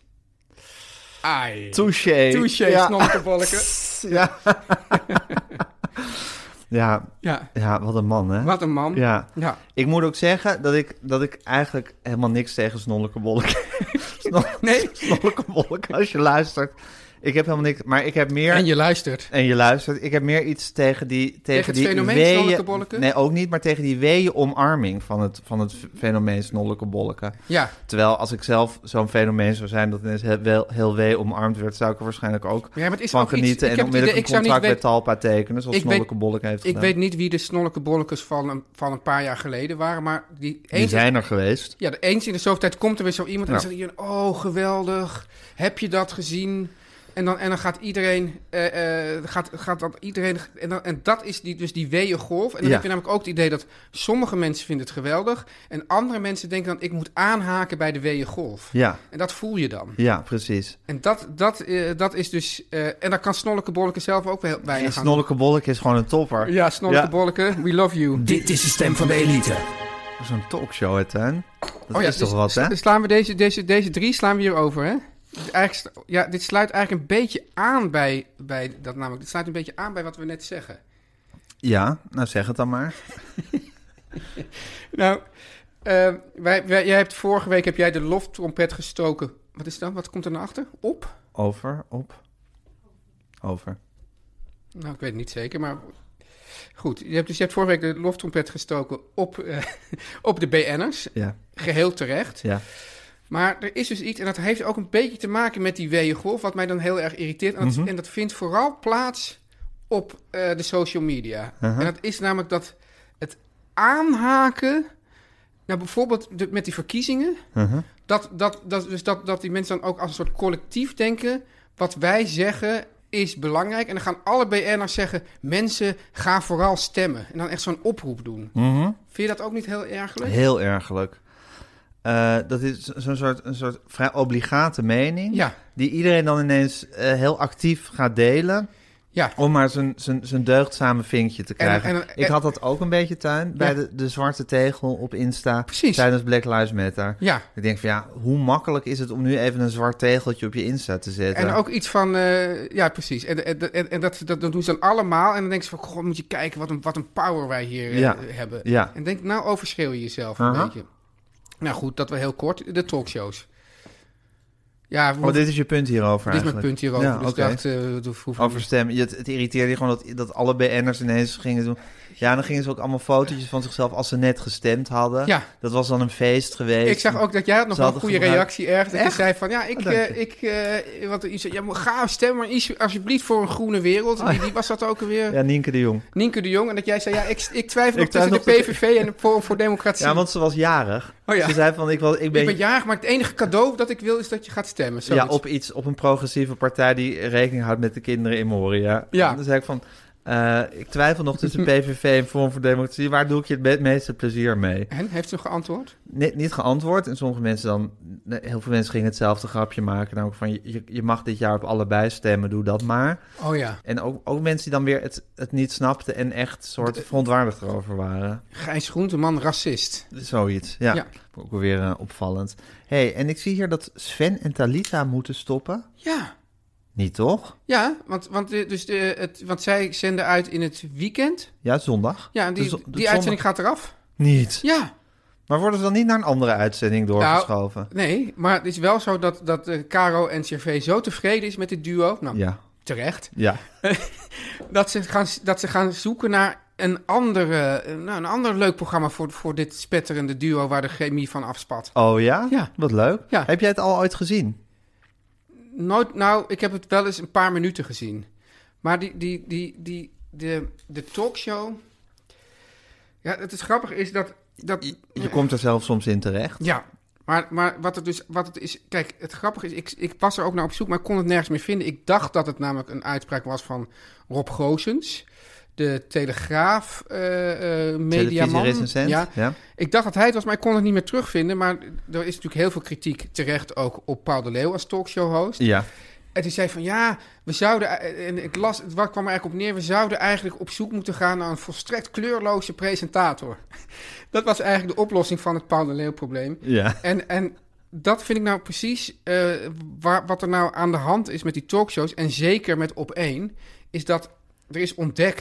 D: Ai.
C: Touché.
D: Touché,
C: Ja.
D: snollekebolleke.
C: Ja. Ja,
D: Ja,
C: ja, wat een man, hè?
D: wat een man.
C: Ja.
D: Ja.
C: Ik moet ook zeggen dat ik, dat ik eigenlijk helemaal niks tegen Snolleke Bolleke... Snol-
D: Nee.
C: Snolleke Bolleke, als je luistert. Ik heb helemaal niks... Maar ik heb meer...
D: En je luistert.
C: En je luistert. Ik heb meer iets tegen die... Tegen,
D: Tegen het
C: die
D: fenomeen
C: weeën-
D: Snolleke Bolleke?
C: Nee, ook niet. Maar tegen die weeën omarming van het, van het fenomeen Snolleke Bolleke.
D: Ja.
C: Terwijl als ik zelf zo'n fenomeen zou zijn... dat ineens heel, wel- heel wee omarmd werd... zou ik er waarschijnlijk ook
D: Ja, maar het is
C: van
D: ook iets-
C: genieten...
D: ik
C: en
D: heb het idee-
C: onmiddellijk
D: ik
C: een
D: zou niet
C: contract bij
D: weten-
C: Talpa tekenen... zoals
D: Ik weet-
C: Snolleke Bolleke heeft
D: Ik
C: gedaan.
D: weet niet wie de Snolleke Bollekes van een, van een paar jaar geleden waren, maar die...
C: Die
D: eens-
C: zijn er geweest.
D: Ja, de eens in de zoveel tijd komt er weer zo iemand en
C: Ja.
D: dan zegt iedereen, oh, geweldig, heb je dat gezien? En dan, en dan gaat iedereen, eh, eh, gaat, gaat dan iedereen, en, dan, en dat is die, dus die weeëngolf. En dan
C: Ja.
D: heb je namelijk ook het idee dat sommige mensen vinden het geweldig en andere mensen denken dan, ik moet aanhaken bij de weeëngolf.
C: Ja,
D: En dat voel je dan.
C: ja, precies.
D: En dat, dat, eh, dat is dus, eh, en daar kan Snolleke Bolleke zelf ook wel
C: En
D: weinig aan.
C: Snolleke Bolleke is gewoon een topper.
D: Ja, Snolleke
C: Ja.
D: Bolleke, we love you.
E: Dit is de stem van de elite.
C: Zo'n talkshow, hè, Teun? Dat
D: Oh ja,
C: is toch
D: dus
C: wat, hè?
D: sla- Slaan we deze, deze, deze drie slaan we hier over, hè? Dus eigenlijk, st- ja, dit sluit eigenlijk een beetje aan bij, bij dat namelijk. Dit sluit een beetje aan bij wat we net zeggen.
C: Ja, nou zeg het dan maar.
D: Nou, eh, wij, wij, jij hebt vorige week heb jij de loftrompet gestoken. Wat is dat? Wat komt er naar achter? Op?
C: Over, op, over.
D: Nou, ik weet het niet zeker, maar goed. Je hebt, dus je hebt vorige week de loftrompet gestoken op, eh, op de B N'ers.
C: Ja,
D: Geheel terecht.
C: ja.
D: Maar er is dus iets, en dat heeft ook een beetje te maken met die weeëngolf, wat mij dan heel erg irriteert. En dat,
C: Mhm.
D: en dat vindt vooral plaats op eh, de social media.
C: Uh-huh.
D: En dat is namelijk dat het aanhaken, nou bijvoorbeeld de- met die verkiezingen,
C: Uh-huh.
D: dat, dat, dat, dus dat, dat die mensen dan ook als een soort collectief denken, wat wij zeggen is belangrijk. En dan gaan alle B N'ers zeggen, mensen, ga vooral stemmen. En dan echt zo'n oproep doen.
C: Mhm.
D: Vind je dat ook niet heel ergelijk?
C: Heel ergelijk. Eh, dat is zo'n soort, een soort vrij obligate mening...
D: Ja,
C: die iedereen dan ineens eh, heel actief gaat delen...
D: ja.
C: om maar zijn, zijn, zijn deugdzame vinkje te krijgen.
D: En- en-
C: ik had dat ook een beetje, Tuin, bij
D: Ja.
C: de, de zwarte tegel op Insta...
D: Precies.
C: tijdens Black Lives Matter.
D: Ja.
C: Ik denk van ja, hoe makkelijk is het om nu even een zwart tegeltje op je Insta te zetten?
D: En ook iets van, eh, ja, precies. En, en, en, en dat, dat, dat doen ze dan allemaal. En dan denk je van, goh, moet je kijken wat een, wat een power wij hier eh,
C: Ja.
D: hebben.
C: Ja.
D: En denk, nou overschreeuw je jezelf een
C: Aha.
D: beetje. Nou goed, dat we heel kort. De talkshows. Ja,
C: Oh, dit is je punt hierover
D: dit is mijn
C: eigenlijk.
D: punt hierover.
C: Ja,
D: dus
C: oké.
D: ik dacht, eh, dat hoef
C: Over stemmen. Het, het irriteerde je gewoon dat, dat alle B N'ers ineens gingen doen. Ja, dan gingen ze ook allemaal fotootjes van zichzelf als ze net gestemd hadden.
D: Ja.
C: Dat was dan een feest geweest.
D: Ik zag ook dat jij had nog
C: Ze
D: wel een
C: hadden
D: goede
C: gebruikt-
D: reactie ergens. Dat je
C: Echt?
D: zei van, ja, ik,
C: Oh, dank
D: eh,
C: je.
D: ik, eh, want je zei, ja, maar ga stemmen, maar iets- alsjeblieft voor een groene wereld. En die, wie was dat ook alweer?
C: Ja, Nienke de Jong.
D: Nienke de Jong. En dat jij zei, ja, ik, ik twijfel nog
C: Ik
D: tussen de
C: twijfel
D: P V V en de Forum voor Democratie.
C: Ja, want ze was jarig.
D: Oh ja.
C: Ze zei van, ik, was, ik ben...
D: Ik ben jarig, maar het enige cadeau dat ik wil is dat je gaat stemmen.
C: ja,
D: Zoiets.
C: op iets, op een progressieve partij die rekening houdt met de kinderen in Moria.
D: Ja.
C: Dan zei ik van, eh, ik twijfel nog tussen P V V en Forum voor Democratie. Waar doe ik je het me- meeste plezier mee?
D: En, heeft ze geantwoord?
C: Niet, niet geantwoord. En sommige mensen dan... nee, heel veel mensen gingen hetzelfde grapje maken. Namelijk van, je, je mag dit jaar op allebei stemmen, doe dat maar.
D: Oh ja.
C: En ook, ook mensen die dan weer het, het niet snapten en echt soort verontwaardigd erover waren.
D: Gijs Groenteman, racist.
C: Zoiets, ja.
D: Ja.
C: Ook weer uh, opvallend. hey, en ik zie hier dat Sven en Talita moeten stoppen.
D: Ja.
C: Niet toch?
D: Ja, want, want, de- dus de, het, want zij zenden uit in het weekend.
C: Ja, zondag.
D: Ja, en die,
C: De zo- de
D: die
C: zondag-
D: uitzending gaat eraf.
C: Niet.
D: Ja.
C: Maar worden ze dan niet naar een andere uitzending doorgeschoven?
D: Nee, maar het is wel zo dat, dat uh, Caro en Cervé zo tevreden is met dit duo. Nou,
C: Ja.
D: terecht.
C: Ja.
D: Dat ze, gaan, dat ze gaan zoeken naar een, andere, nou, een ander leuk programma voor, voor dit spetterende duo waar de chemie van afspat.
C: Oh ja?
D: Ja.
C: Wat leuk.
D: Ja.
C: Heb jij het al ooit gezien?
D: Nooit, nou, ik heb het wel eens een paar minuten gezien. Maar die, die, die, die, de, de talkshow... Ja, het is grappig is dat... dat
C: Je, je komt er zelf soms in terecht.
D: Ja, maar, maar wat het dus wat het is... Kijk, het grappige is, ik, ik was er ook naar op zoek, maar ik kon het nergens meer vinden. Ik dacht dat het namelijk een uitspraak was van Rob Goossens, de Telegraaf uh, uh, mediaman.
C: Televisierecensent.
D: Ja,
C: Ja.
D: ik dacht dat hij het was, maar ik kon het niet meer terugvinden. Maar er is natuurlijk heel veel kritiek terecht ook op Paul de Leeuw als talkshow-host.
C: Ja.
D: En die zei van ja, we zouden, en ik las, het kwam er eigenlijk op neer, we zouden eigenlijk op zoek moeten gaan naar een volstrekt kleurloze presentator. Dat was eigenlijk de oplossing van het Paul de Leeuw probleem.
C: Ja.
D: En, en dat vind ik nou precies uh, waar, wat er nou aan de hand is met die talkshows, en zeker met Op één, is dat er is ontdekt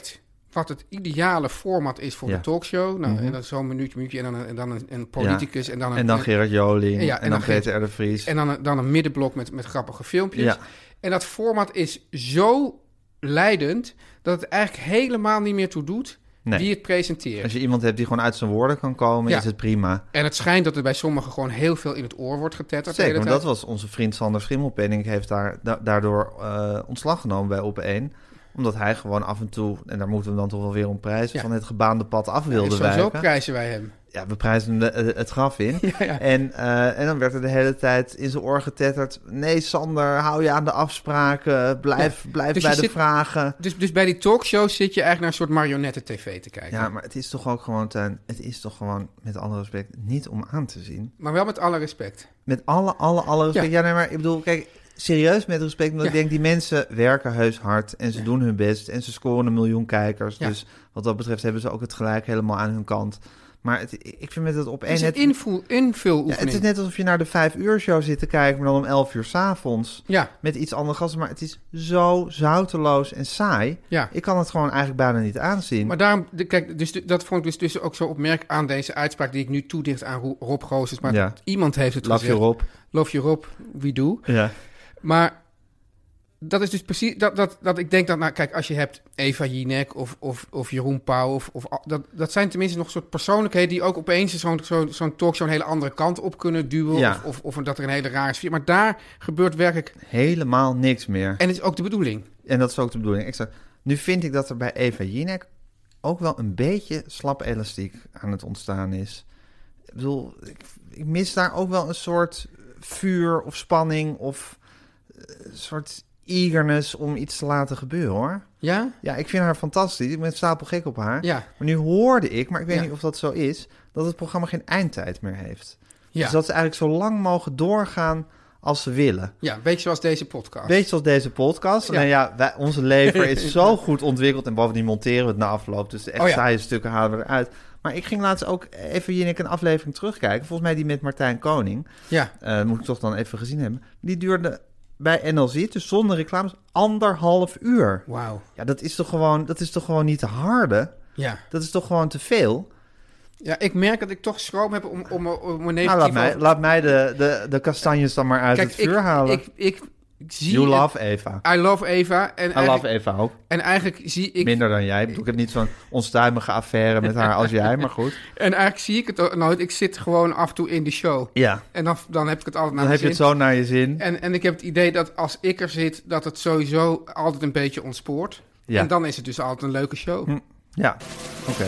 D: wat het ideale format is voor
C: Ja.
D: de talkshow. Nou,
C: Mhm.
D: en dan zo'n minuutje, minuutje en dan, een- en dan een, een politicus. En dan, een,
C: En dan Gerard Joling.
D: Ja,
C: en,
D: en
C: dan
D: dan
C: Peter R. de Vries.
D: en dan, een, dan een middenblok met, met grappige filmpjes.
C: Ja.
D: En dat format is zo leidend dat het eigenlijk helemaal niet meer toe doet
C: Nee.
D: wie het presenteert.
C: Als je iemand hebt die gewoon uit zijn woorden kan komen,
D: Ja.
C: is het prima.
D: En het schijnt dat er bij sommigen gewoon heel veel in het oor wordt getetterd. de
C: Zeker,
D: hele
C: maar dat
D: tijd.
C: was onze vriend Sander Schimmelpenninck heeft daar, da- daardoor eh, ontslag genomen bij Op één. Omdat hij gewoon af en toe, en daar moeten we dan toch wel weer om prijzen,
D: Ja.
C: van het gebaande pad af
D: Ja,
C: wilde
D: sowieso
C: wijken.
D: prijzen wij hem.
C: Ja, we prijzen hem de- eh, het graf in.
D: Ja, ja.
C: En, eh, en dan werd er de hele tijd in zijn oor getetterd. Nee, Sander, hou je aan de afspraken. Blijf, blijf
D: Dus
C: bij
D: je
C: de
D: zit-
C: vragen.
D: Dus, dus bij die talkshows zit je eigenlijk naar een soort marionetten-tv te kijken.
C: Ja, maar het is toch ook gewoon, Teun, het is toch gewoon, met alle respect, niet om aan te zien.
D: Maar wel met alle respect.
C: Met alle, alle, alle respect.
D: Ja.
C: Ja, nee, maar ik bedoel, kijk, serieus met respect. Omdat
D: Ja.
C: ik denk, die mensen werken heus hard en ze
D: Ja.
C: doen hun best. En ze scoren een miljoen kijkers.
D: Ja.
C: Dus wat dat betreft hebben ze ook het gelijk helemaal aan hun kant. Maar het, ik vind met het op
D: Het
C: één...
D: is een
C: het-
D: invul,
C: ja,
D: invuloefening.
C: het is net alsof je naar de vijf uur show zit te kijken, maar dan om elf uur 's avonds.
D: Ja,
C: Met iets andere gasten, maar het is zo zouteloos en saai.
D: ja.
C: Ik kan het gewoon eigenlijk bijna niet aanzien.
D: Maar daarom, de- kijk, dus de- dat vond ik dus, dus ook zo opmerk aan deze uitspraak die ik nu toedicht aan Ro- Rob Goossens. Maar
C: Ja.
D: iemand heeft het
C: Love
D: gezegd.
C: you, Rob.
D: Love you, Rob, we do.
C: Ja.
D: Maar dat is dus precies dat, dat, dat ik denk dat, nou kijk, als je hebt Eva Jinek of, of, of Jeroen Pauw, of, of dat, dat zijn tenminste nog soort persoonlijkheden die ook opeens zo'n zo, zo'n talkshow een hele andere kant op kunnen duwen.
C: Ja.
D: Of, of, of dat er een hele rare sfeer. Maar daar gebeurt werkelijk,
C: Helemaal niks meer.
D: en het is ook de bedoeling.
C: En dat is ook de bedoeling. Ik zeg, nu vind ik dat er bij Eva Jinek ook wel een beetje slap elastiek aan het ontstaan is. Ik bedoel, ik, ik mis daar ook wel een soort vuur of spanning of eh, een soort eagerness om iets te laten gebeuren, hoor.
D: Ja?
C: Ja, ik vind haar fantastisch. Ik ben stapelgek op haar.
D: Ja.
C: Maar nu hoorde ik, maar ik weet
D: Ja.
C: niet of dat zo is, dat het programma geen eindtijd meer heeft.
D: Ja.
C: Dus dat ze eigenlijk zo lang mogen doorgaan als ze willen.
D: Ja, een beetje zoals deze podcast.
C: Beetje zoals deze podcast.
D: Ja.
C: Ja. En ja, wij, onze lever is zo goed ontwikkeld. En bovendien monteren we het na afloop. Dus de echt
D: Oh ja.
C: saaie stukken halen we eruit. Maar ik ging laatst ook even Jinek een aflevering terugkijken. Volgens mij die met Martijn Koning.
D: Ja.
C: Eh, moet ik toch dan even gezien hebben. Die duurde bij N L Z, dus zonder reclames, anderhalf uur.
D: Wauw.
C: Ja, dat is toch gewoon, dat is toch gewoon niet te harde?
D: Ja.
C: Dat is toch gewoon te veel?
D: Ja, ik merk dat ik toch schroom heb om, om, om een negatief...
C: Nou, laat mij,
D: over-
C: laat mij de, de, de kastanjes dan maar uit
D: Kijk,
C: het vuur
D: ik,
C: halen.
D: Ik, ik, ik zie...
C: You
D: het-
C: love Eva.
D: I love Eva. En
C: I
D: eigenlijk,
C: love Eva ook.
D: En eigenlijk zie ik...
C: Minder dan jij. Ik, bedoel, ik heb niet zo'n onstuimige affaire met haar als jij, maar goed.
D: En eigenlijk zie ik het ook nooit. Ik zit gewoon af en toe in de show.
C: Ja,
D: En dan, dan heb ik het altijd naar
C: dan
D: mijn
C: heb je het
D: zin.
C: zo naar je zin.
D: En, en ik heb het idee dat als ik er zit, dat het sowieso altijd een beetje ontspoort.
C: Ja.
D: En dan is het dus altijd een leuke show.
C: Hm. Ja, oké.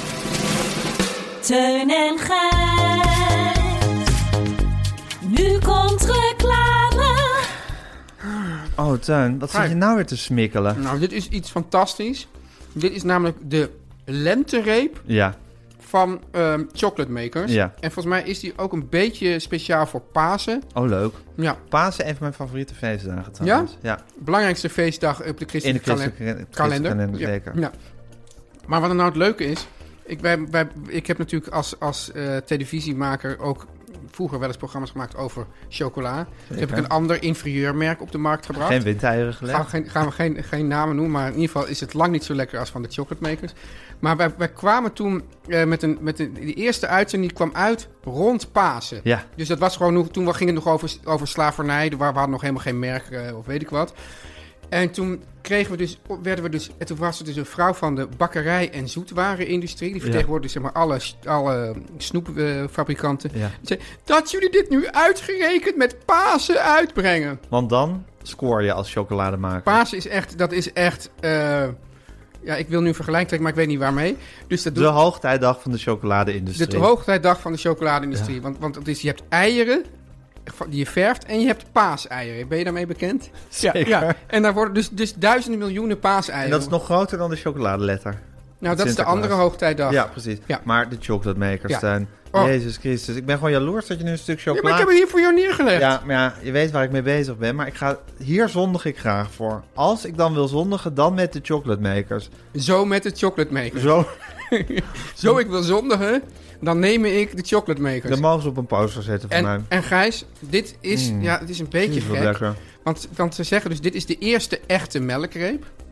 F: Teun en Gijs. Nu komt reclame.
C: Oh, Teun, wat zit
D: Hi.
C: je nou weer te smikkelen?
D: Nou, dit is iets fantastisch. Dit is namelijk de lentereep
C: Ja,
D: van ehm, Chocolate Makers.
C: Ja.
D: En volgens mij is die ook een beetje speciaal voor Pasen.
C: oh leuk.
D: Ja,
C: Pasen, een van mijn favoriete feestdagen trouwens. Ja?
D: belangrijkste feestdag op de
C: In de
D: christelijke kalender.
C: christelijke
D: kalender.
C: kalender,
D: Ja,
C: zeker.
D: ja. Maar wat er nou het leuke is... Ik, wij, wij, ik heb natuurlijk als, als eh, televisiemaker ook vroeger wel eens programma's gemaakt over chocola. Dus heb ik een ander inferieurmerk op de markt gebracht.
C: Geen windeieren
D: Gaan
C: gelegd.
D: we, geen, gaan we geen, geen namen noemen, maar in ieder geval is het lang niet zo lekker als van de Chocolate Makers. Maar wij, wij kwamen toen eh, met een, met een... Die eerste uitzending die kwam uit rond Pasen.
C: Ja,
D: Dus dat was gewoon... nog- Toen ging het nog over, over slavernij. Waar we hadden nog helemaal geen merk eh, of weet ik wat. En toen kregen we dus, werden we dus, en toen was er dus een vrouw van de bakkerij- en zoetwarenindustrie. Die vertegenwoordigt zeg maar alle, alle snoepfabrikanten.
C: ja.
D: Die zei, dat jullie dit nu uitgerekend met Pasen uitbrengen.
C: Want dan scoor je als chocolademaker.
D: Pasen is echt, dat is echt, eh, ja, ik wil nu een vergelijking trekken, maar ik weet niet waarmee. Dus dat
C: De
D: doet
C: hoogtijdag van de chocoladeindustrie.
D: de hoogtijdag van de chocoladeindustrie. Want, want het is, je hebt eieren die je verft en je hebt paaseieren. Ben je daarmee bekend?
C: Zeker.
D: Ja, ja. En daar worden dus, dus duizenden miljoenen paaseieren.
C: En dat is nog groter dan de chocoladeletter.
D: nou, dat is de
C: Sinterklaas.
D: andere hoogtijdag.
C: Ja, precies.
D: Ja.
C: Maar de chocolate makers
D: Ja.
C: zijn...
D: Oh.
C: Jezus Christus. Ik ben gewoon jaloers dat je nu een stuk
D: Ja,
C: chocola...
D: maar ik heb het hier voor jou neergelegd.
C: Ja, maar ja, je weet waar ik mee bezig ben. Maar ik ga, hier zondig ik graag voor. Als ik dan wil zondigen, dan met de chocolate makers.
D: Zo met de chocolate maker.
C: Zo,
D: Zo ik wil zondigen, dan neem ik de chocolate makers.
C: dan mogen ze op een poster zetten van mij.
D: En, en Gijs, dit is,
C: Mm.
D: ja, het is een beetje
C: Die is wel
D: gek.
C: lekker.
D: Want, want ze zeggen dus, dit is de eerste echte melkreep.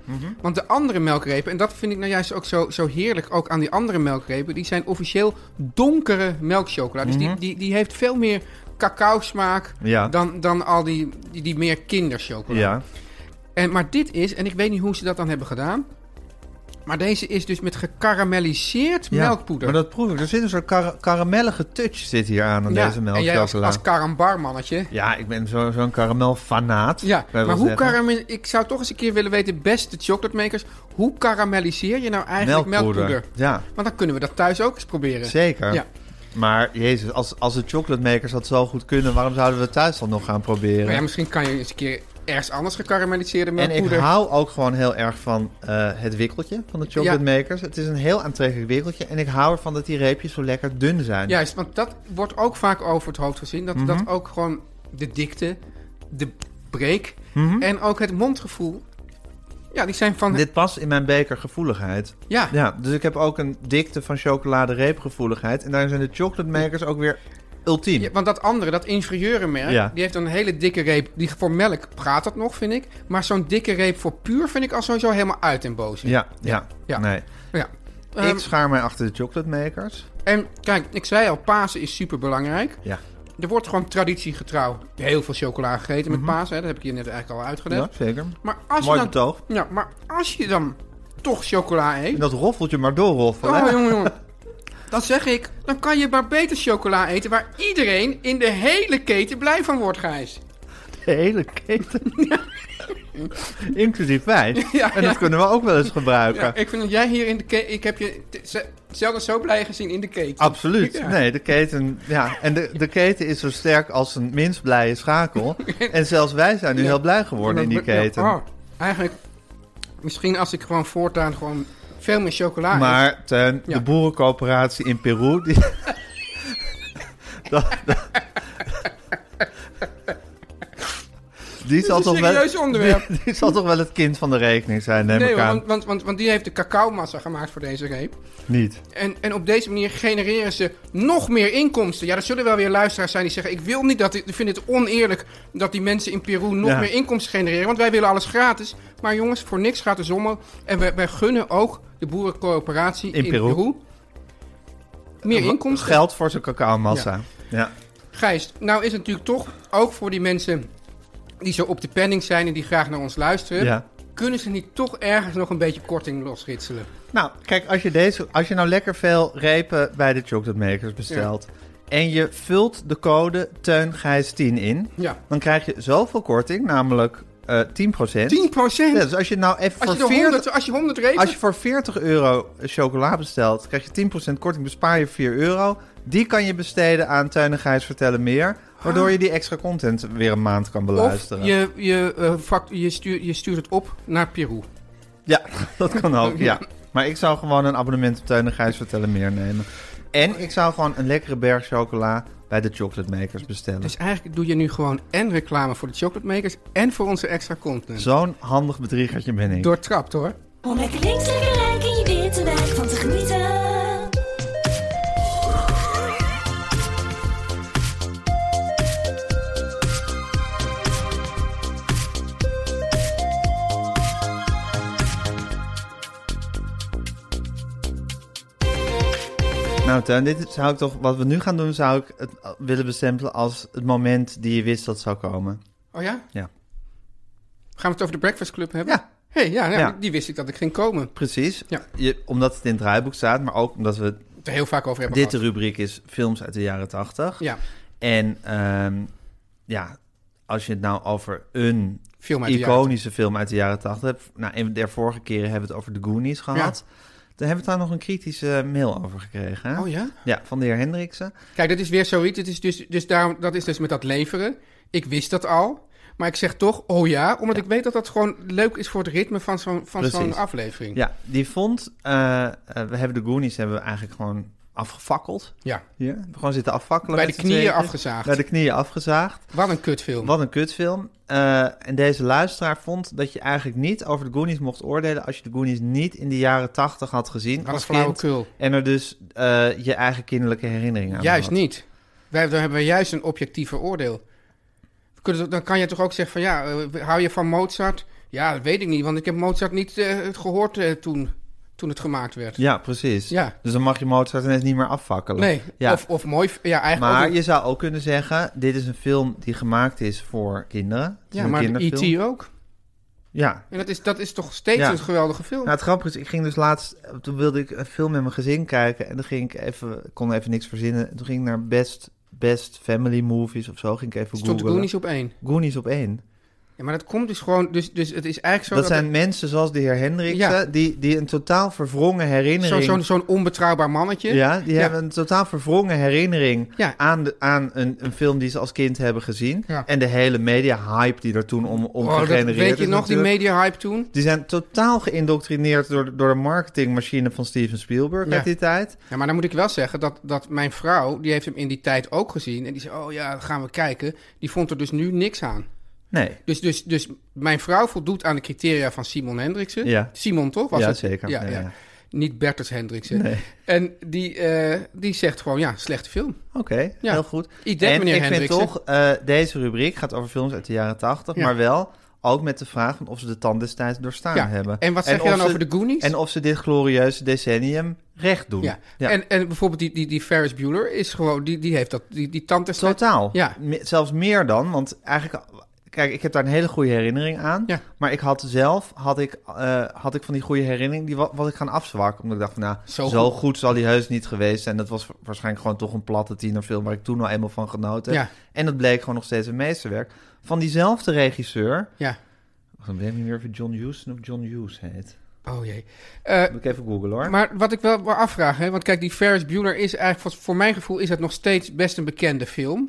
C: Mm-hmm.
D: Want de andere melkrepen, en dat vind ik nou juist ook zo, zo heerlijk ook aan die andere melkrepen, die zijn officieel donkere melkchocola. Dus
C: Mm-hmm.
D: die, die, die heeft veel meer cacao smaak
C: Ja.
D: dan, dan al die, die, die meer kinderchocola.
C: Ja.
D: En, maar dit is, en ik weet niet hoe ze dat dan hebben gedaan, maar deze is dus met gekarameliseerd
C: Ja,
D: melkpoeder.
C: maar dat proef ik. Er zit een soort kar- karamellige touch zit hier aan, aan
D: Ja,
C: deze
D: en jij als,
C: melkchocola.
D: als karambarmannetje.
C: Ja, ik ben zo, zo'n karamel-fanaat.
D: Ja,
C: kan je wel
D: maar hoe
C: zeggen.
D: karamel... Ik zou toch eens een keer willen weten, beste chocolate makers, hoe karamelliseer je nou eigenlijk melkpoeder?
C: Ja,
D: Want dan kunnen we dat thuis ook eens proberen.
C: zeker.
D: Ja.
C: Maar jezus, als, als de chocolate makers dat zo goed kunnen, waarom zouden we het thuis dan nog gaan proberen?
D: Maar ja, misschien kan je eens een keer ergens anders gekarameliseerde
C: En
D: melkpoeder.
C: ik hou ook gewoon heel erg van uh, het wikkeltje van de chocolate makers. Het is een heel aantrekkelijk wikkeltje. En ik hou ervan dat die reepjes zo lekker dun zijn.
D: Juist, want dat wordt ook vaak over het hoofd gezien. Dat,
C: Mm-hmm.
D: dat ook gewoon de dikte, de breek
C: Mm-hmm.
D: en ook het mondgevoel. Ja, die zijn van...
C: Dit past in mijn bekergevoeligheid.
D: Ja,
C: Ja, dus ik heb ook een dikte van chocoladereepgevoeligheid. En daar zijn de chocolate makers ook weer ultiem.
D: ja, want dat andere, dat inferieure merk,
C: Ja.
D: die heeft een hele dikke reep. Die voor melk praat dat nog, vind ik. Maar zo'n dikke reep voor puur vind ik al sowieso helemaal uit en boos.
C: Ja, ja,
D: Ja.
C: nee.
D: Ja.
C: Ik
D: Ehm,
C: schaar mij achter de chocolate makers.
D: en kijk, ik zei al, Pasen is super belangrijk.
C: Ja,
D: Er wordt gewoon traditiegetrouw heel veel chocola gegeten met Pasen. Hè? Dat heb ik je net eigenlijk al uitgelegd.
C: ja zeker.
D: Maar als
C: Mooi
D: je dan,
C: betoog.
D: ja, maar als je dan toch chocola eet...
C: En dat roffeltje maar doorroffelen.
D: Oh,
C: hè?
D: jongen, jongen. Dan zeg ik, dan kan je maar beter chocola eten... waar iedereen in de hele keten blij van wordt, Gijs.
C: De hele keten. Inclusief wij.
D: Ja,
C: en
D: ja.
C: dat kunnen we ook wel eens gebruiken.
D: Ja, ik vind dat jij hier in de keten... Ik heb je t- z- zelden zo blij gezien in de keten.
C: Absoluut.
D: Ja.
C: Nee, de keten... Ja, en de, de keten is zo sterk als een minst blije schakel. En zelfs wij zijn nu
D: Ja.
C: heel blij geworden in die keten.
D: Ja, oh, eigenlijk, misschien als ik gewoon voortaan gewoon veel meer chocola eet.
C: Maar Teun,
D: Ja.
C: de boerencoöperatie in Peru... Die, dat, dat- die zal
D: is een
C: toch wel,
D: serieus onderwerp.
C: Die, die zal toch wel het kind van de rekening zijn, neem
D: Nee,
C: ik
D: hoor,
C: aan.
D: want, want, want, want die heeft de cacaomassa gemaakt voor deze reep.
C: Niet.
D: En, en op deze manier genereren ze nog meer inkomsten. Ja, er zullen wel weer luisteraars zijn die zeggen... ik wil niet dat... Ik vind het oneerlijk dat die mensen in Peru nog
C: Ja.
D: meer inkomsten genereren. Want wij willen alles gratis. Maar jongens, voor niks gaat de zomer. En wij, wij gunnen ook de boerencoöperatie
C: In
D: in,
C: Peru.
D: Peru... meer inkomsten.
C: Geld voor zijn cacaomassa. Ja.
D: Gijs, nou is het natuurlijk toch ook voor die mensen... die zo op de penning zijn en die graag naar ons luisteren...
C: ja.
D: kunnen ze niet toch ergens nog een beetje korting losritselen?
C: Nou, kijk, als je, deze, als je nou lekker veel repen bij de chocolate makers bestelt... en je vult de code TEUNGijs tien in...
D: Ja.
C: dan krijg je zoveel korting, namelijk uh, tien procent.
D: tien procent?
C: Ja, dus als je nou even
D: Als je,
C: voor
D: de
C: veertig,
D: honderd, als je honderd repen...
C: als je voor veertig euro chocola bestelt... krijg je tien procent korting, bespaar je vier euro. Die kan je besteden aan Teun en Gijs Vertellen Meer... waardoor je die extra content weer een maand kan beluisteren.
D: Of je, je, uh, fact, je, stuur, je stuurt het op naar Peru.
C: Ja, dat kan ook, ja. Maar ik zou gewoon een abonnement op Teun en Gijs Vertellen Meer nemen. En ik zou gewoon een lekkere berg chocola bij de chocolate makers bestellen.
D: Dus eigenlijk doe je nu gewoon en reclame voor de chocolate makers... en voor onze extra content.
C: Zo'n handig bedriegertje ben ik.
D: Doortrapt, hoor.
F: Om lekker links, lekker rijk in je witte wijk van te genieten.
C: Nou Teun, dit zou ik toch, wat we nu gaan doen, zou ik het willen bestempelen als het moment die je wist dat zou komen.
D: Oh ja?
C: Ja.
D: Gaan we het over de Breakfast Club hebben?
C: Ja,
D: Hey, ja, ja,
C: Ja.
D: die wist ik dat ik ging komen.
C: precies.
D: Ja.
C: Je, omdat het in het draaiboek staat, maar ook omdat we...
D: Het er heel vaak over hebben
C: Dit de
D: gehad.
C: rubriek is films uit de jaren tachtig.
D: Ja,
C: En ehm, ja, als je het nou over een
D: film uit de jaren
C: iconische film uit de jaren tachtig hebt... Nou, een der vorige keren hebben we het over The Goonies gehad. Dan hebben we daar nog een kritische mail over gekregen. Hè?
D: Oh ja?
C: Ja, van de heer Hendriksen.
D: Kijk, dat is weer zoiets. Het is dus, dus daarom, dat is dus met dat leveren. Ik wist dat al. Maar ik zeg toch, oh ja, omdat ik weet dat dat gewoon leuk is voor het ritme van zo'n, van
C: Precies.
D: zo'n aflevering.
C: Ja, die vond... eh, eh, we hebben de Goonies hebben we eigenlijk gewoon afgefakkeld.
D: Ja.
C: Hier. We hebben gewoon zitten affakkelen.
D: Bij
C: met
D: de
C: z'n
D: knieën
C: tweeën.
D: afgezaagd.
C: Bij de knieën afgezaagd.
D: Wat een kutfilm.
C: Wat een kutfilm. Uh, en deze luisteraar vond dat je eigenlijk niet over de Goonies mocht oordelen... als je de Goonies niet in de jaren tachtig had gezien
D: Wat een
C: als kind.
D: flauwekul.
C: En er dus uh, je eigen kinderlijke herinneringen aan
D: Juist
C: had.
D: niet. Wij, daar hebben we juist een objectiever oordeel. We kunnen, dan kan je toch ook zeggen van ja, uh, hou je van Mozart? Ja, dat weet ik niet, want ik heb Mozart niet uh, gehoord uh, toen, toen het gemaakt werd.
C: Ja, precies.
D: Ja.
C: Dus dan mag je Mozart ineens niet meer afvakkelen.
D: Nee,
C: ja.
D: of, of mooi... Ja, eigenlijk
C: maar
D: ook...
C: je zou ook kunnen zeggen, dit is een film die gemaakt is voor kinderen. Het is
D: Ja,
C: een
D: maar
C: kinderfilm.
D: E T ook.
C: Ja.
D: En dat is, dat is toch steeds
C: Ja.
D: een geweldige film.
C: Nou, het grappige is, ik ging dus laatst, toen wilde ik een film met mijn gezin kijken en dan ging ik even, ik kon even niks verzinnen. En toen ging ik naar Best, Best Family Movies of zo, ging ik even
D: Stond
C: googlen.
D: Goonies op één.
C: Goonies op één.
D: Ja, maar dat komt dus gewoon... Dus, dus het is eigenlijk zo...
C: Dat,
D: dat
C: zijn
D: het-
C: mensen zoals de heer Hendriksen,
D: Ja.
C: die, die een totaal verwrongen
D: zo,
C: herinnering...
D: zo'n, zo'n onbetrouwbaar mannetje.
C: Ja, die
D: Ja.
C: hebben een totaal verwrongen herinnering
D: Ja.
C: aan, de, aan een, een film die ze als kind hebben gezien.
D: Ja.
C: En de hele media-hype die er toen om, om
D: Oh, dat,
C: gegenereerd
D: weet je
C: is
D: nog, die
C: natuurlijk.
D: media-hype toen?
C: Die zijn totaal geïndoctrineerd door, de- door de marketingmachine van Steven Spielberg
D: Ja.
C: uit die tijd.
D: Ja, maar dan moet ik wel zeggen dat, dat mijn vrouw, die heeft hem in die tijd ook gezien. En die zei, oh ja, dan gaan we kijken. Die vond er dus nu niks aan.
C: Nee,
D: Dus, dus, dus mijn vrouw voldoet aan de criteria van Simon Hendriksen.
C: Ja.
D: Simon toch? Was
C: ja
D: het?
C: zeker.
D: Ja,
C: Ja,
D: ja.
C: ja.
D: Niet Bertus Hendriksen.
C: Nee.
D: En die, eh, die zegt gewoon, ja, slechte film.
C: Oké,
D: Ja.
C: heel goed.
D: Idem,
C: en
D: meneer
C: ik vind
D: Hendriksen.
C: toch, eh, deze rubriek gaat over films uit de jaren tachtig,
D: Ja.
C: maar wel ook met de vraag van of ze de tand destijds doorstaan
D: Ja.
C: hebben.
D: En wat zeg je
C: of
D: dan
C: ze-
D: over de Goonies?
C: En of ze dit glorieuze decennium recht doen.
D: Ja.
C: Ja.
D: En, en bijvoorbeeld die, die, die Ferris Bueller is gewoon, die, die heeft dat, die, die tand destijds-
C: Totaal.
D: Ja.
C: Me- zelfs meer dan, want eigenlijk... Kijk, ik heb daar een hele goede herinnering aan.
D: Ja.
C: Maar ik had zelf, had ik, eh, had ik van die goede herinnering, die wa- wat ik gaan afzwakken. Omdat ik dacht van, nou,
D: Zo
C: zo,
D: goed.
C: goed. zal die heus niet geweest zijn. Dat was wa- waarschijnlijk gewoon toch een platte tienerfilm waar ik toen al eenmaal van genoten heb.
D: Ja.
C: En dat bleek gewoon nog steeds een meesterwerk. Van diezelfde regisseur.
D: Ja.
C: Wacht, ik weet niet meer of het John Huston of John Hughes heet.
D: Oh jee. Eh,
C: Moet ik even googlen hoor.
D: maar wat ik wel wil afvragen, hè, want kijk, die Ferris Bueller is eigenlijk, voor, voor mijn gevoel, is dat nog steeds best een bekende film.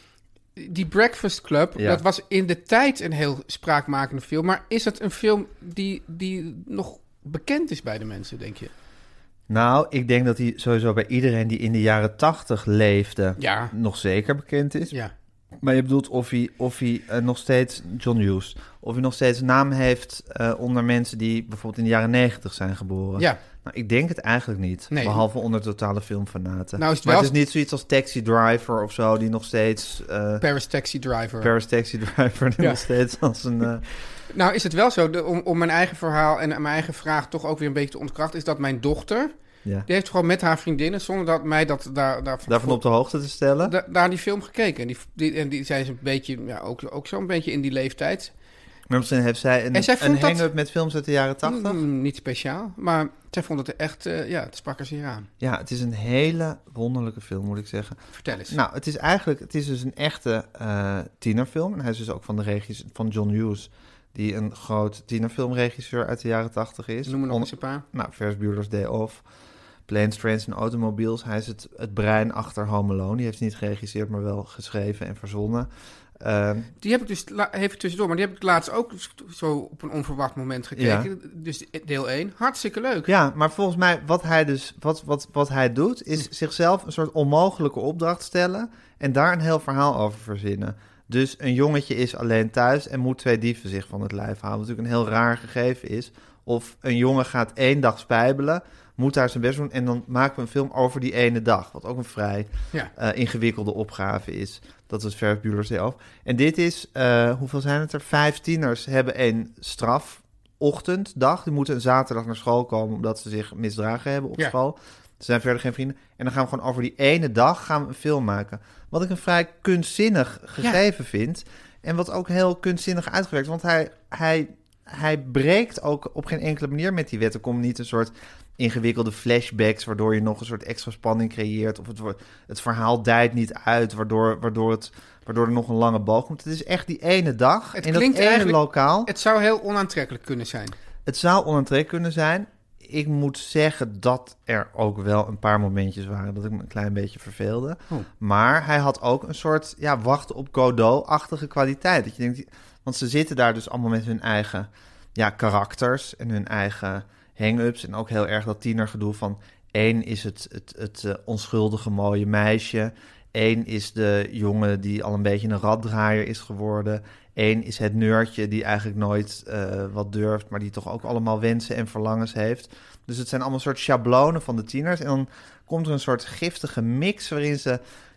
D: Die Breakfast Club,
C: Ja.
D: dat was in de tijd een heel spraakmakende film. Maar is het een film die, die nog bekend is bij de mensen, denk je?
C: Nou, ik denk dat hij sowieso bij iedereen die in de jaren tachtig leefde,
D: Ja.
C: nog zeker bekend is.
D: Ja.
C: Maar je bedoelt of hij, of hij uh, nog steeds, John Hughes, of hij nog steeds naam heeft uh, onder mensen die bijvoorbeeld in de jaren negentig zijn geboren.
D: Ja.
C: Nou, ik denk het eigenlijk niet.
D: Nee.
C: Behalve onder totale filmfanaten.
D: Nou, is het
C: maar
D: wel-
C: het is niet zoiets als Taxi Driver of zo, die nog steeds... Uh,
D: Paris Taxi Driver.
C: Paris Taxi Driver, die
D: Ja.
C: nog steeds als een... Uh,
D: Nou, is het wel zo, de, om, om mijn eigen verhaal en mijn eigen vraag toch ook weer een beetje te ontkrachten, is dat mijn dochter,
C: ja.
D: die heeft gewoon met haar vriendinnen, zonder dat mij dat daar, daar
C: Daarvan op de hoogte te stellen.
D: da- daar die film gekeken. En die, die, en die zijn ze een beetje, ja, ook, ook zo'n beetje in die leeftijd.
C: Maar misschien heeft zij een,
D: En zij
C: een
D: vond dat-
C: hang-up met films uit de jaren tachtig.
D: Mm, niet speciaal, maar zij vond het echt, uh, ja, het sprak er zeer aan.
C: Ja, het is een hele wonderlijke film, moet ik zeggen.
D: Vertel eens.
C: Nou, het is eigenlijk, het is dus een echte uh, tienerfilm. En hij is dus ook van de regisseur van John Hughes, die een groot tienerfilmregisseur uit de jaren tachtig is.
D: Noem er nog
C: On-
D: eens een paar.
C: Nou, Ferris Bueller's Day Off, Planes, Trains en Automobiles. Hij is het, het brein achter Home Alone. Die heeft niet geregisseerd, maar wel geschreven en verzonnen. Uh,
D: Die heb ik dus la- even tussendoor, maar die heb ik laatst ook zo op een onverwacht moment gekeken. Dus deel één, hartstikke leuk.
C: Ja, maar volgens mij, wat hij dus, wat, wat, wat hij doet, is zichzelf een soort onmogelijke opdracht stellen en daar een heel verhaal over verzinnen. Dus een jongetje is alleen thuis en moet twee dieven zich van het lijf houden, wat natuurlijk een heel raar gegeven is. Of een jongen gaat één dag spijbelen, moet daar zijn best doen en dan maken we een film over die ene dag, wat ook een vrij
D: Ja.
C: uh, ingewikkelde opgave is. Dat is Ferris Bueller's Day Off. En dit is, uh, hoeveel zijn het er? Vijf tieners hebben een strafochtenddag. Die moeten een zaterdag naar school komen omdat ze zich misdragen hebben op
D: Ja.
C: school. Er zijn verder geen vrienden. En dan gaan we gewoon over die ene dag gaan we een film maken. Wat ik een vrij kunstzinnig gegeven vind. En wat ook heel kunstzinnig uitgewerkt. Want hij, hij, hij breekt ook op geen enkele manier met die wet. Er komt niet een soort ingewikkelde flashbacks, waardoor je nog een soort extra spanning creëert. Of het, wordt- het verhaal dijt niet uit, waardoor, waardoor, het, waardoor er nog een lange boog komt. Het is echt die ene dag
D: Het
C: in dat
D: klinkt
C: ene
D: eigenlijk-
C: lokaal.
D: Het zou heel onaantrekkelijk kunnen zijn.
C: Het zou onaantrekkelijk kunnen zijn. Ik moet zeggen dat er ook wel een paar momentjes waren dat ik me een klein beetje verveelde.
D: Oh.
C: Maar hij had ook een soort ja, wachten op Godot-achtige kwaliteit. Dat je denkt, want ze zitten daar dus allemaal met hun eigen ja, karakters en hun eigen hang-ups. En ook heel erg dat tienergedoe van één is het, het, het uh, onschuldige mooie meisje. Eén is de jongen die al een beetje een raddraaier is geworden. Eén is het neurtje die eigenlijk nooit uh, wat durft, maar die toch ook allemaal wensen en verlangens heeft. Dus het zijn allemaal soort schablonen van de tieners. En dan komt er een soort giftige mix waarin ze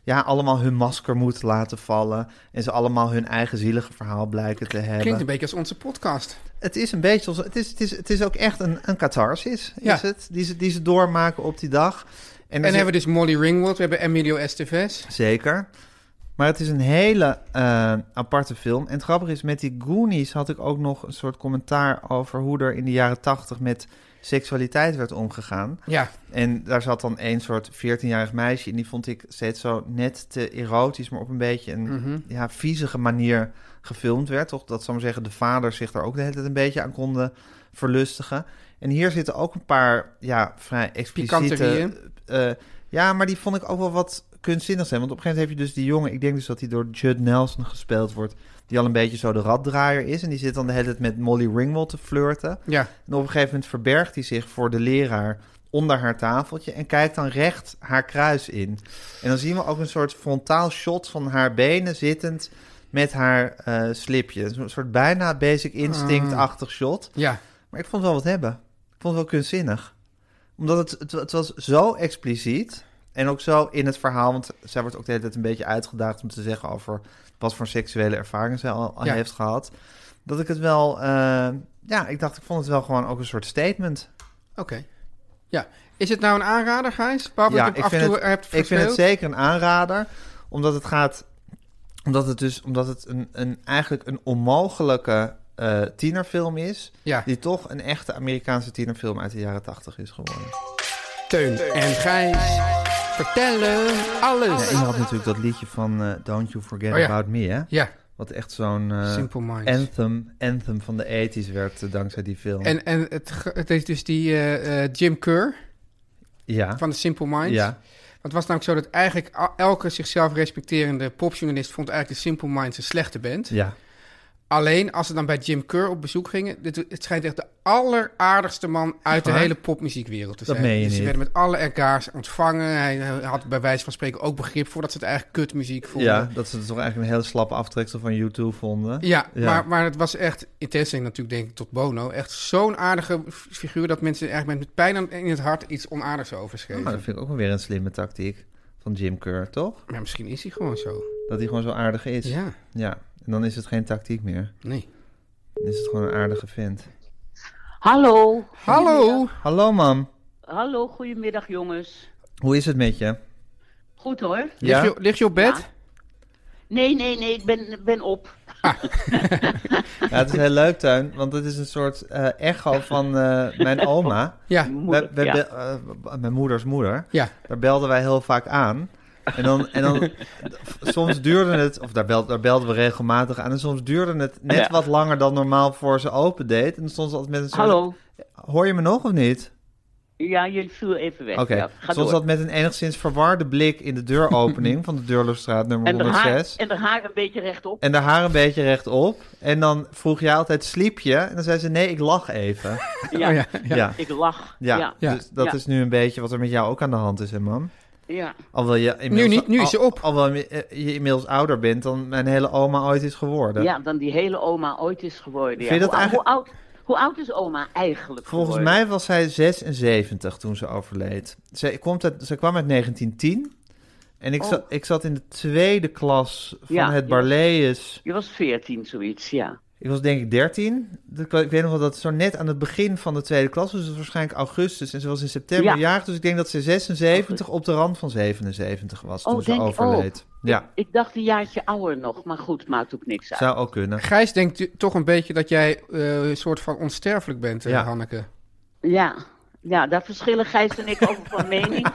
C: ja, allemaal hun masker moeten laten vallen. En ze allemaal hun eigen zielige verhaal blijken te hebben.
D: Klinkt een beetje als onze podcast.
C: Het is een beetje, als, het, is, het, is, het is ook echt een, een catharsis,
D: Ja.
C: is het? Die ze, die ze doormaken op die dag. En,
D: En
C: dan
D: hebben we dus Molly Ringwald, we hebben Emilio Estevez.
C: Zeker. Maar het is een hele uh, aparte film. En het grappige is, met die Goonies had ik ook nog een soort commentaar over hoe er in de jaren tachtig met seksualiteit werd omgegaan.
D: Ja,
C: En daar zat dan een soort veertienjarig meisje in. Die vond ik steeds zo net te erotisch, maar op een beetje een
D: Mhm.
C: ja, viezige manier gefilmd werd. Toch dat, zal ik maar zeggen, de vaders zich daar ook de hele tijd een beetje aan konden verlustigen. En hier zitten ook een paar ja, vrij expliciete...
D: Pikanterieën.
C: uh, ja, maar die vond ik ook wel wat kunstzinnig zijn. Want op een gegeven moment heb je dus die jongen... Ik denk dus dat hij door Judd Nelson gespeeld wordt... die al een beetje zo de raddraaier is. En die zit dan de hele tijd met Molly Ringwald te flirten.
D: ja.
C: En op een gegeven moment verbergt hij zich voor de leraar onder haar tafeltje en kijkt dan recht haar kruis in. En dan zien we ook een soort frontaal shot van haar benen zittend met haar uh, slipje. Een soort bijna Basic Instinct-achtig shot.
D: Ja,
C: Maar ik vond het wel wat hebben. Ik vond het wel kunstzinnig. Omdat het, het, het was zo expliciet en ook zo in het verhaal, want zij wordt ook de hele tijd een beetje uitgedaagd om te zeggen over wat voor seksuele ervaringen zij al, al
D: Ja.
C: heeft gehad. Dat ik het wel, uh, ja, ik dacht, ik vond het wel gewoon ook een soort statement.
D: oké. Ja, is het nou een aanrader, Gijs? Behalve
C: Ja,
D: dat je
C: ik
D: hem af en
C: vind
D: toe
C: het-
D: hebt
C: Ik vind het
D: verspeeld?
C: zeker een aanrader, omdat het gaat, omdat het dus, omdat het een, een eigenlijk een onmogelijke uh, tienerfilm is,
D: Ja,
C: die toch een echte Amerikaanse tienerfilm uit de jaren tachtig is geworden.
D: Teun en Gijs vertellen alles.
C: Ja, en je had natuurlijk dat liedje van uh, Don't You Forget
D: Oh ja.
C: About Me, hè?
D: Ja,
C: Wat echt zo'n uh,
D: Simple Minds.
C: anthem, anthem van de tachtiger werd uh, dankzij die film.
D: En, en het, ge- het is dus die uh, uh, Jim Kerr
C: ja,
D: van de Simple Minds.
C: ja,
D: Want het was namelijk zo dat eigenlijk a- elke zichzelf respecterende popjournalist vond eigenlijk de Simple Minds een slechte band.
C: ja.
D: Alleen als ze dan bij Jim Kerr op bezoek gingen, dit, het schijnt echt de alleraardigste man uit de
C: waar?
D: hele popmuziekwereld te
C: Dat
D: zijn.
C: meen je
D: dus ze
C: niet.
D: werden met alle elkaars ontvangen. Hij, hij had bij wijze van spreken ook begrip voor dat ze het eigenlijk kutmuziek vonden.
C: Ja, dat ze het toch eigenlijk een hele slappe aftreksel van U twee vonden.
D: Ja,
C: Ja.
D: Maar, maar het was echt, in tegenstelling natuurlijk denk ik tot Bono, echt zo'n aardige f- figuur dat mensen eigenlijk met pijn in het hart iets onaardigs over schreven.
C: Maar dat vind ik ook wel weer een slimme tactiek van Jim Kerr, toch?
D: Maar misschien is hij gewoon zo.
C: Dat hij gewoon zo aardig is.
D: Ja,
C: Ja. En dan is het geen tactiek meer.
D: nee.
C: Dan is het gewoon een aardige vent.
G: Hallo.
D: Hallo!
C: Hallo, mam.
G: Hallo, goedemiddag jongens.
C: Hoe is het met je?
G: Goed hoor.
C: Ja?
D: Lig, je, lig je op bed?
G: Ja. Nee, nee, nee, ik ben, ben op.
C: Ja, het is heel leuk, Teun, want het is een soort uh, echo van uh, mijn oma.
D: Ja,
G: Moeder,
C: We- we-
G: ja.
C: be- uh, mijn moeders moeder.
D: ja.
C: Daar belden wij heel vaak aan. En dan, en dan soms duurde het, of daar, beld, daar belden we regelmatig aan. En soms duurde het net
G: Ja.
C: wat langer dan normaal voor ze open deed. En dan stond ze altijd met een soort...
G: Hallo.
C: Hoor je me nog of niet?
G: Ja, jullie viel even weg.
C: Oké.
G: Ja, ga
C: Soms
G: door.
C: zat met een enigszins verwarde blik in de deuropening van de Deurlofstraat nummer
G: En de, haar,
C: honderdzes.
G: en de haar een beetje rechtop.
C: En de haar een beetje rechtop. En dan vroeg jij altijd, sliep je? En dan zei ze, nee, ik lach even.
G: Ja,
D: Oh, ja, ja.
C: Ja,
G: ik lach.
C: ja.
G: Ja,
D: Ja.
C: Dus dat
G: Ja.
C: is nu een beetje wat er met jou ook aan de hand is, hè, mam?
G: ja.
C: Alhoewel je inmiddels,
D: Nu niet, nu is ze
C: al-
D: op.
C: Alhoewel je je inmiddels ouder bent dan mijn hele oma ooit is geworden.
G: Ja, dan die hele oma ooit is geworden. Ja.
C: Vind je dat
G: hoe,
C: eigenlijk-
G: hoe, oud, hoe oud is oma eigenlijk
C: Volgens
G: geworden?
C: mij was zij zesenzeventig toen ze overleed. Ze, komt uit, ze kwam uit negentien tien. En ik,
G: Oh.
C: zat, ik zat in de tweede klas van
G: Ja,
C: het
G: je was-
C: Barlees.
G: Je was veertien, zoiets, ja.
C: Ik was denk ik dertien. Ik weet nog wel dat het zo net aan het begin van de tweede klas was. Dus het was waarschijnlijk augustus. En ze was in september
G: Ja.
C: jarig. Dus ik denk dat ze zesenzeventig op de rand van zevenenzeventig was toen
G: Oh,
C: ze
G: denk ik
C: overleed. Ja,
G: Ik dacht een jaartje ouder nog, maar goed, maakt ook niks uit.
C: zou ook kunnen.
D: Gijs denkt u- toch een beetje dat jij eh, een soort van onsterfelijk bent, eh,
C: Ja.
D: Hanneke.
G: Ja. Ja, daar verschillen Gijs en ik over van mening.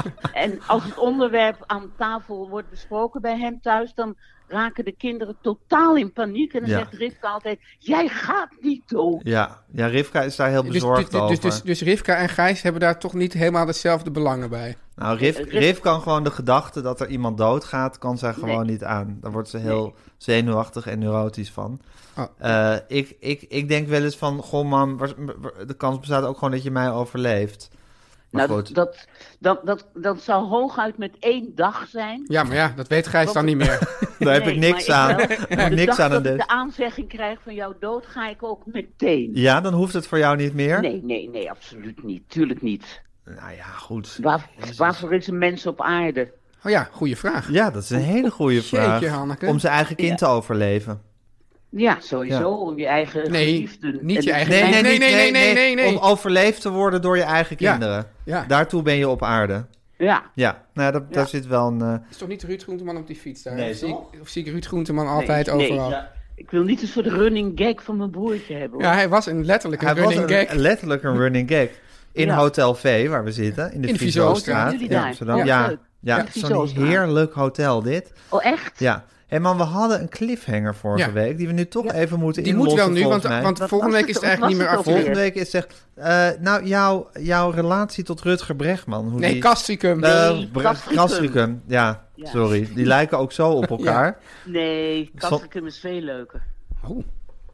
G: En als het onderwerp aan tafel wordt besproken bij hem thuis, dan raken de kinderen totaal in paniek. En dan
C: Ja.
G: zegt Rivka altijd, jij gaat niet dood.
C: Ja, ja, Rivka is daar heel
D: Dus,
C: bezorgd
D: dus,
C: over.
D: dus, dus, dus Rivka en Gijs hebben daar toch niet helemaal dezelfde belangen bij.
C: Nou, Riv,
G: Riv-
C: Riv kan gewoon de gedachte dat er iemand doodgaat, kan zij gewoon
G: Nee.
C: niet aan. Daar wordt ze heel zenuwachtig en neurotisch van.
D: Oh.
C: Eh, ik, ik, ik denk wel eens van, goh mam, waar- waar- de kans bestaat ook gewoon dat je mij overleeft. Maar
G: Nou,
C: goed,
G: dat, dat, dat, dat zou hooguit met één dag zijn.
D: Ja, maar ja, dat weet Gijs dan niet meer.
C: daar heb
G: Nee,
C: ik niks
G: maar
C: aan.
G: ik wel.
C: Ik heb
G: De
C: niks
G: dag
C: aan
G: dat
C: aan
G: ik
C: dit.
G: de aanzegging krijg van jouw dood, ga ik ook meteen.
C: Ja, dan hoeft het voor jou niet meer?
G: Nee, nee, nee, absoluut niet. Tuurlijk niet.
C: Nou ja, goed.
G: Waar, waarvoor is een mens op aarde?
D: Oh ja, goede vraag.
C: Ja, dat is een hele goede vraag.
D: Jeetje, Hanneke.
C: Om zijn eigen kind
G: Ja.
C: te overleven.
G: Ja, sowieso.
C: Ja.
G: Om je eigen
D: Nee,
G: geliefden...
D: niet
G: en
D: je
G: de-
D: eigen-
C: Nee, nee,
D: nee,
C: niet-
D: nee, nee, nee, nee, nee.
C: Om overleefd te worden door je eigen
D: Ja.
C: kinderen.
D: Ja.
C: Daartoe ben je op aarde.
G: Ja.
C: Ja, nou, dat,
G: Ja.
C: daar zit wel een... eh,
D: Is toch niet Ruud Groenteman op die fiets daar?
C: Nee,
D: of, zie
C: toch?
D: ik, of zie ik Ruud Groenteman altijd
G: nee,
D: overal?
G: Nee, ja. Ik wil niet een soort running gag van mijn broertje hebben. Hoor.
D: Ja, hij was een letterlijk een
C: hij was
D: running
C: een-
D: gag.
C: letterlijk een running gag. In
G: Ja.
C: Hotel V, waar we zitten, in de
D: In de
C: Vizostraat.
G: Jullie
C: in
G: daar?
C: Amsterdam.
G: Ja,
C: Ja,
G: leuk.
C: ja,
G: In de
C: zo'n
G: Vizostraat.
C: heerlijk hotel dit.
G: Oh, echt?
C: Ja. Hé man, we hadden een cliffhanger vorige
D: Ja.
C: week, die we nu toch
G: Ja.
C: even moeten
D: Die moet
C: inlossen,
D: wel nu, want,
C: volgens mij.
D: want
G: Wat
D: volgende
G: was
D: week is
G: het-
D: het eigenlijk niet
G: wat
D: meer
G: was het ook
D: afgerond.
C: Volgende week is zegt, eh, nou, jouw, jouw relatie tot Rutger Bregman. Hoe
D: Nee,
C: die,
D: Castricum.
C: Eh,
G: Nee,
C: Bre-
G: Castricum.
C: Castricum, ja,
G: Ja.
C: sorry. Die lijken ook zo op elkaar.
G: Nee, Castricum is veel leuker.
D: Oh,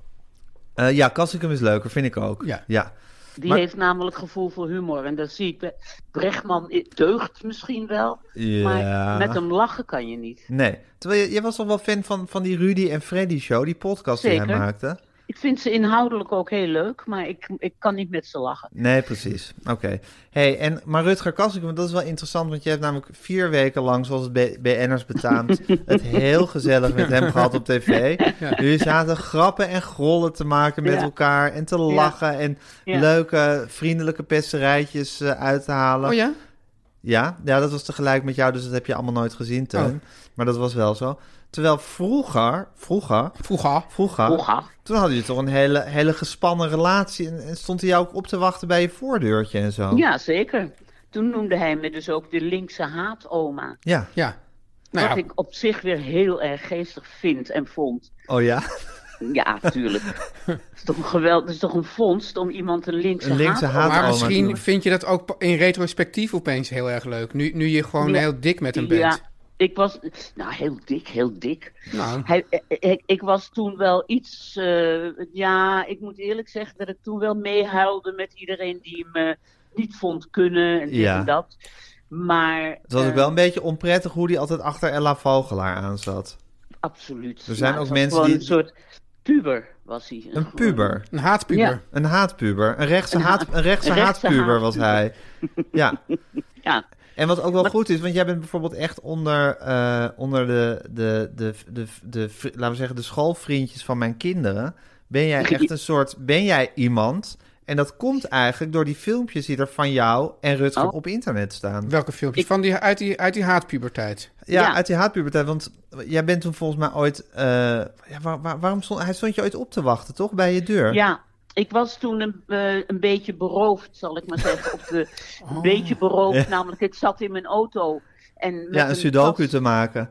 C: Eh, ja, Castricum is leuker, vind ik ook.
D: Ja.
C: ja.
G: Die
C: Maar-
G: heeft namelijk gevoel voor humor. En dat zie ik. bij- Bregman i- deugt misschien wel.
C: Ja.
G: Maar met hem lachen kan je niet.
C: Nee. Terwijl je, je was toch wel fan van, van die Rudy en Freddy show, die podcast die hij
G: Zeker.
C: maakte?
G: Ik vind ze inhoudelijk ook heel leuk. Maar ik, ik kan niet met ze lachen.
C: Nee, precies. Oké. Hey, en maar Rutger Kastricum, dat is wel interessant, want je hebt namelijk vier weken lang, zoals het B- B N'ers betaamt, het heel gezellig met hem gehad op tv.
D: Ja.
C: Jullie zaten grappen en grollen te maken met
G: Ja.
C: elkaar en te lachen en
G: Ja.
C: leuke, vriendelijke pesterijtjes eh, uit te halen.
D: oh ja?
C: Ja, ja, dat was tegelijk met jou, dus dat heb je allemaal nooit gezien, Teun.
D: Oh.
C: Maar dat was wel zo. Terwijl vroeger, vroeger,
D: Vroeger.
C: vroeger,
G: Oga.
C: toen hadden jullie toch een hele, hele gespannen relatie en, en stond hij jou ook op te wachten bij je voordeurtje en zo.
G: Ja, zeker. Toen noemde hij me dus ook de linkse haatoma.
C: Ja.
D: Ja. Nou
G: Wat
D: ja,
G: ik op zich weer heel erg geestig vind en vond.
C: Oh ja?
G: Ja, tuurlijk. Het is toch een geweld, het is toch een vondst om iemand een linkse,
C: Een linkse
G: haatoma-
C: haat-
D: maar
C: oma
D: misschien
C: doen.
D: vind je dat ook in retrospectief opeens heel erg leuk. Nu, nu je gewoon
G: Ja.
D: heel dik met hem bent.
G: Ja, ik was... Nou, heel dik, heel dik.
D: Nou,
G: Hij, ik, ik was toen wel iets... eh, ja, ik moet eerlijk zeggen dat ik toen wel meehuilde met iedereen die me niet vond kunnen en dit
C: Ja.
G: en dat. Maar...
C: Het was ook
G: eh,
C: wel een beetje onprettig hoe die altijd achter Ella Vogelaar aan zat.
G: Absoluut.
C: Er zijn
G: Nou,
C: ook
G: het was
C: mensen
G: gewoon
C: die-
G: een soort puber was hij.
C: Een puber.
D: een haatpuber.
G: Ja.
C: Een haatpuber. Een rechtse,
G: Een
C: haat,
G: haat-
C: een rechtse
G: een rechtse
C: haatpuber was hij. Ja.
G: Ja,
C: En wat ook wel
G: Maar-
C: goed is, want jij bent bijvoorbeeld echt onder, eh, onder de, de, de, de, de, de, laten we zeggen, de schoolvriendjes van mijn kinderen. Ben jij echt een soort, ben jij iemand? En dat komt eigenlijk door die filmpjes die er van jou en Rutger
G: Oh.
C: op internet staan.
D: Welke filmpjes?
G: Ik-
D: Van die, uit, die, uit die haatpuberteit.
C: Ja,
G: Ja.
C: uit die haatpuberteit. Want jij bent toen volgens mij ooit, eh, ja, waar, waar- waarom stond, hij stond je ooit op te wachten, toch? Bij je deur.
G: ja. Ik was toen een, eh, een beetje beroofd, zal ik maar zeggen. Op de, een beetje beroofd,
C: Ja.
G: namelijk ik zat in mijn auto. En met
C: Ja, een sudoku
G: tas-
C: te maken.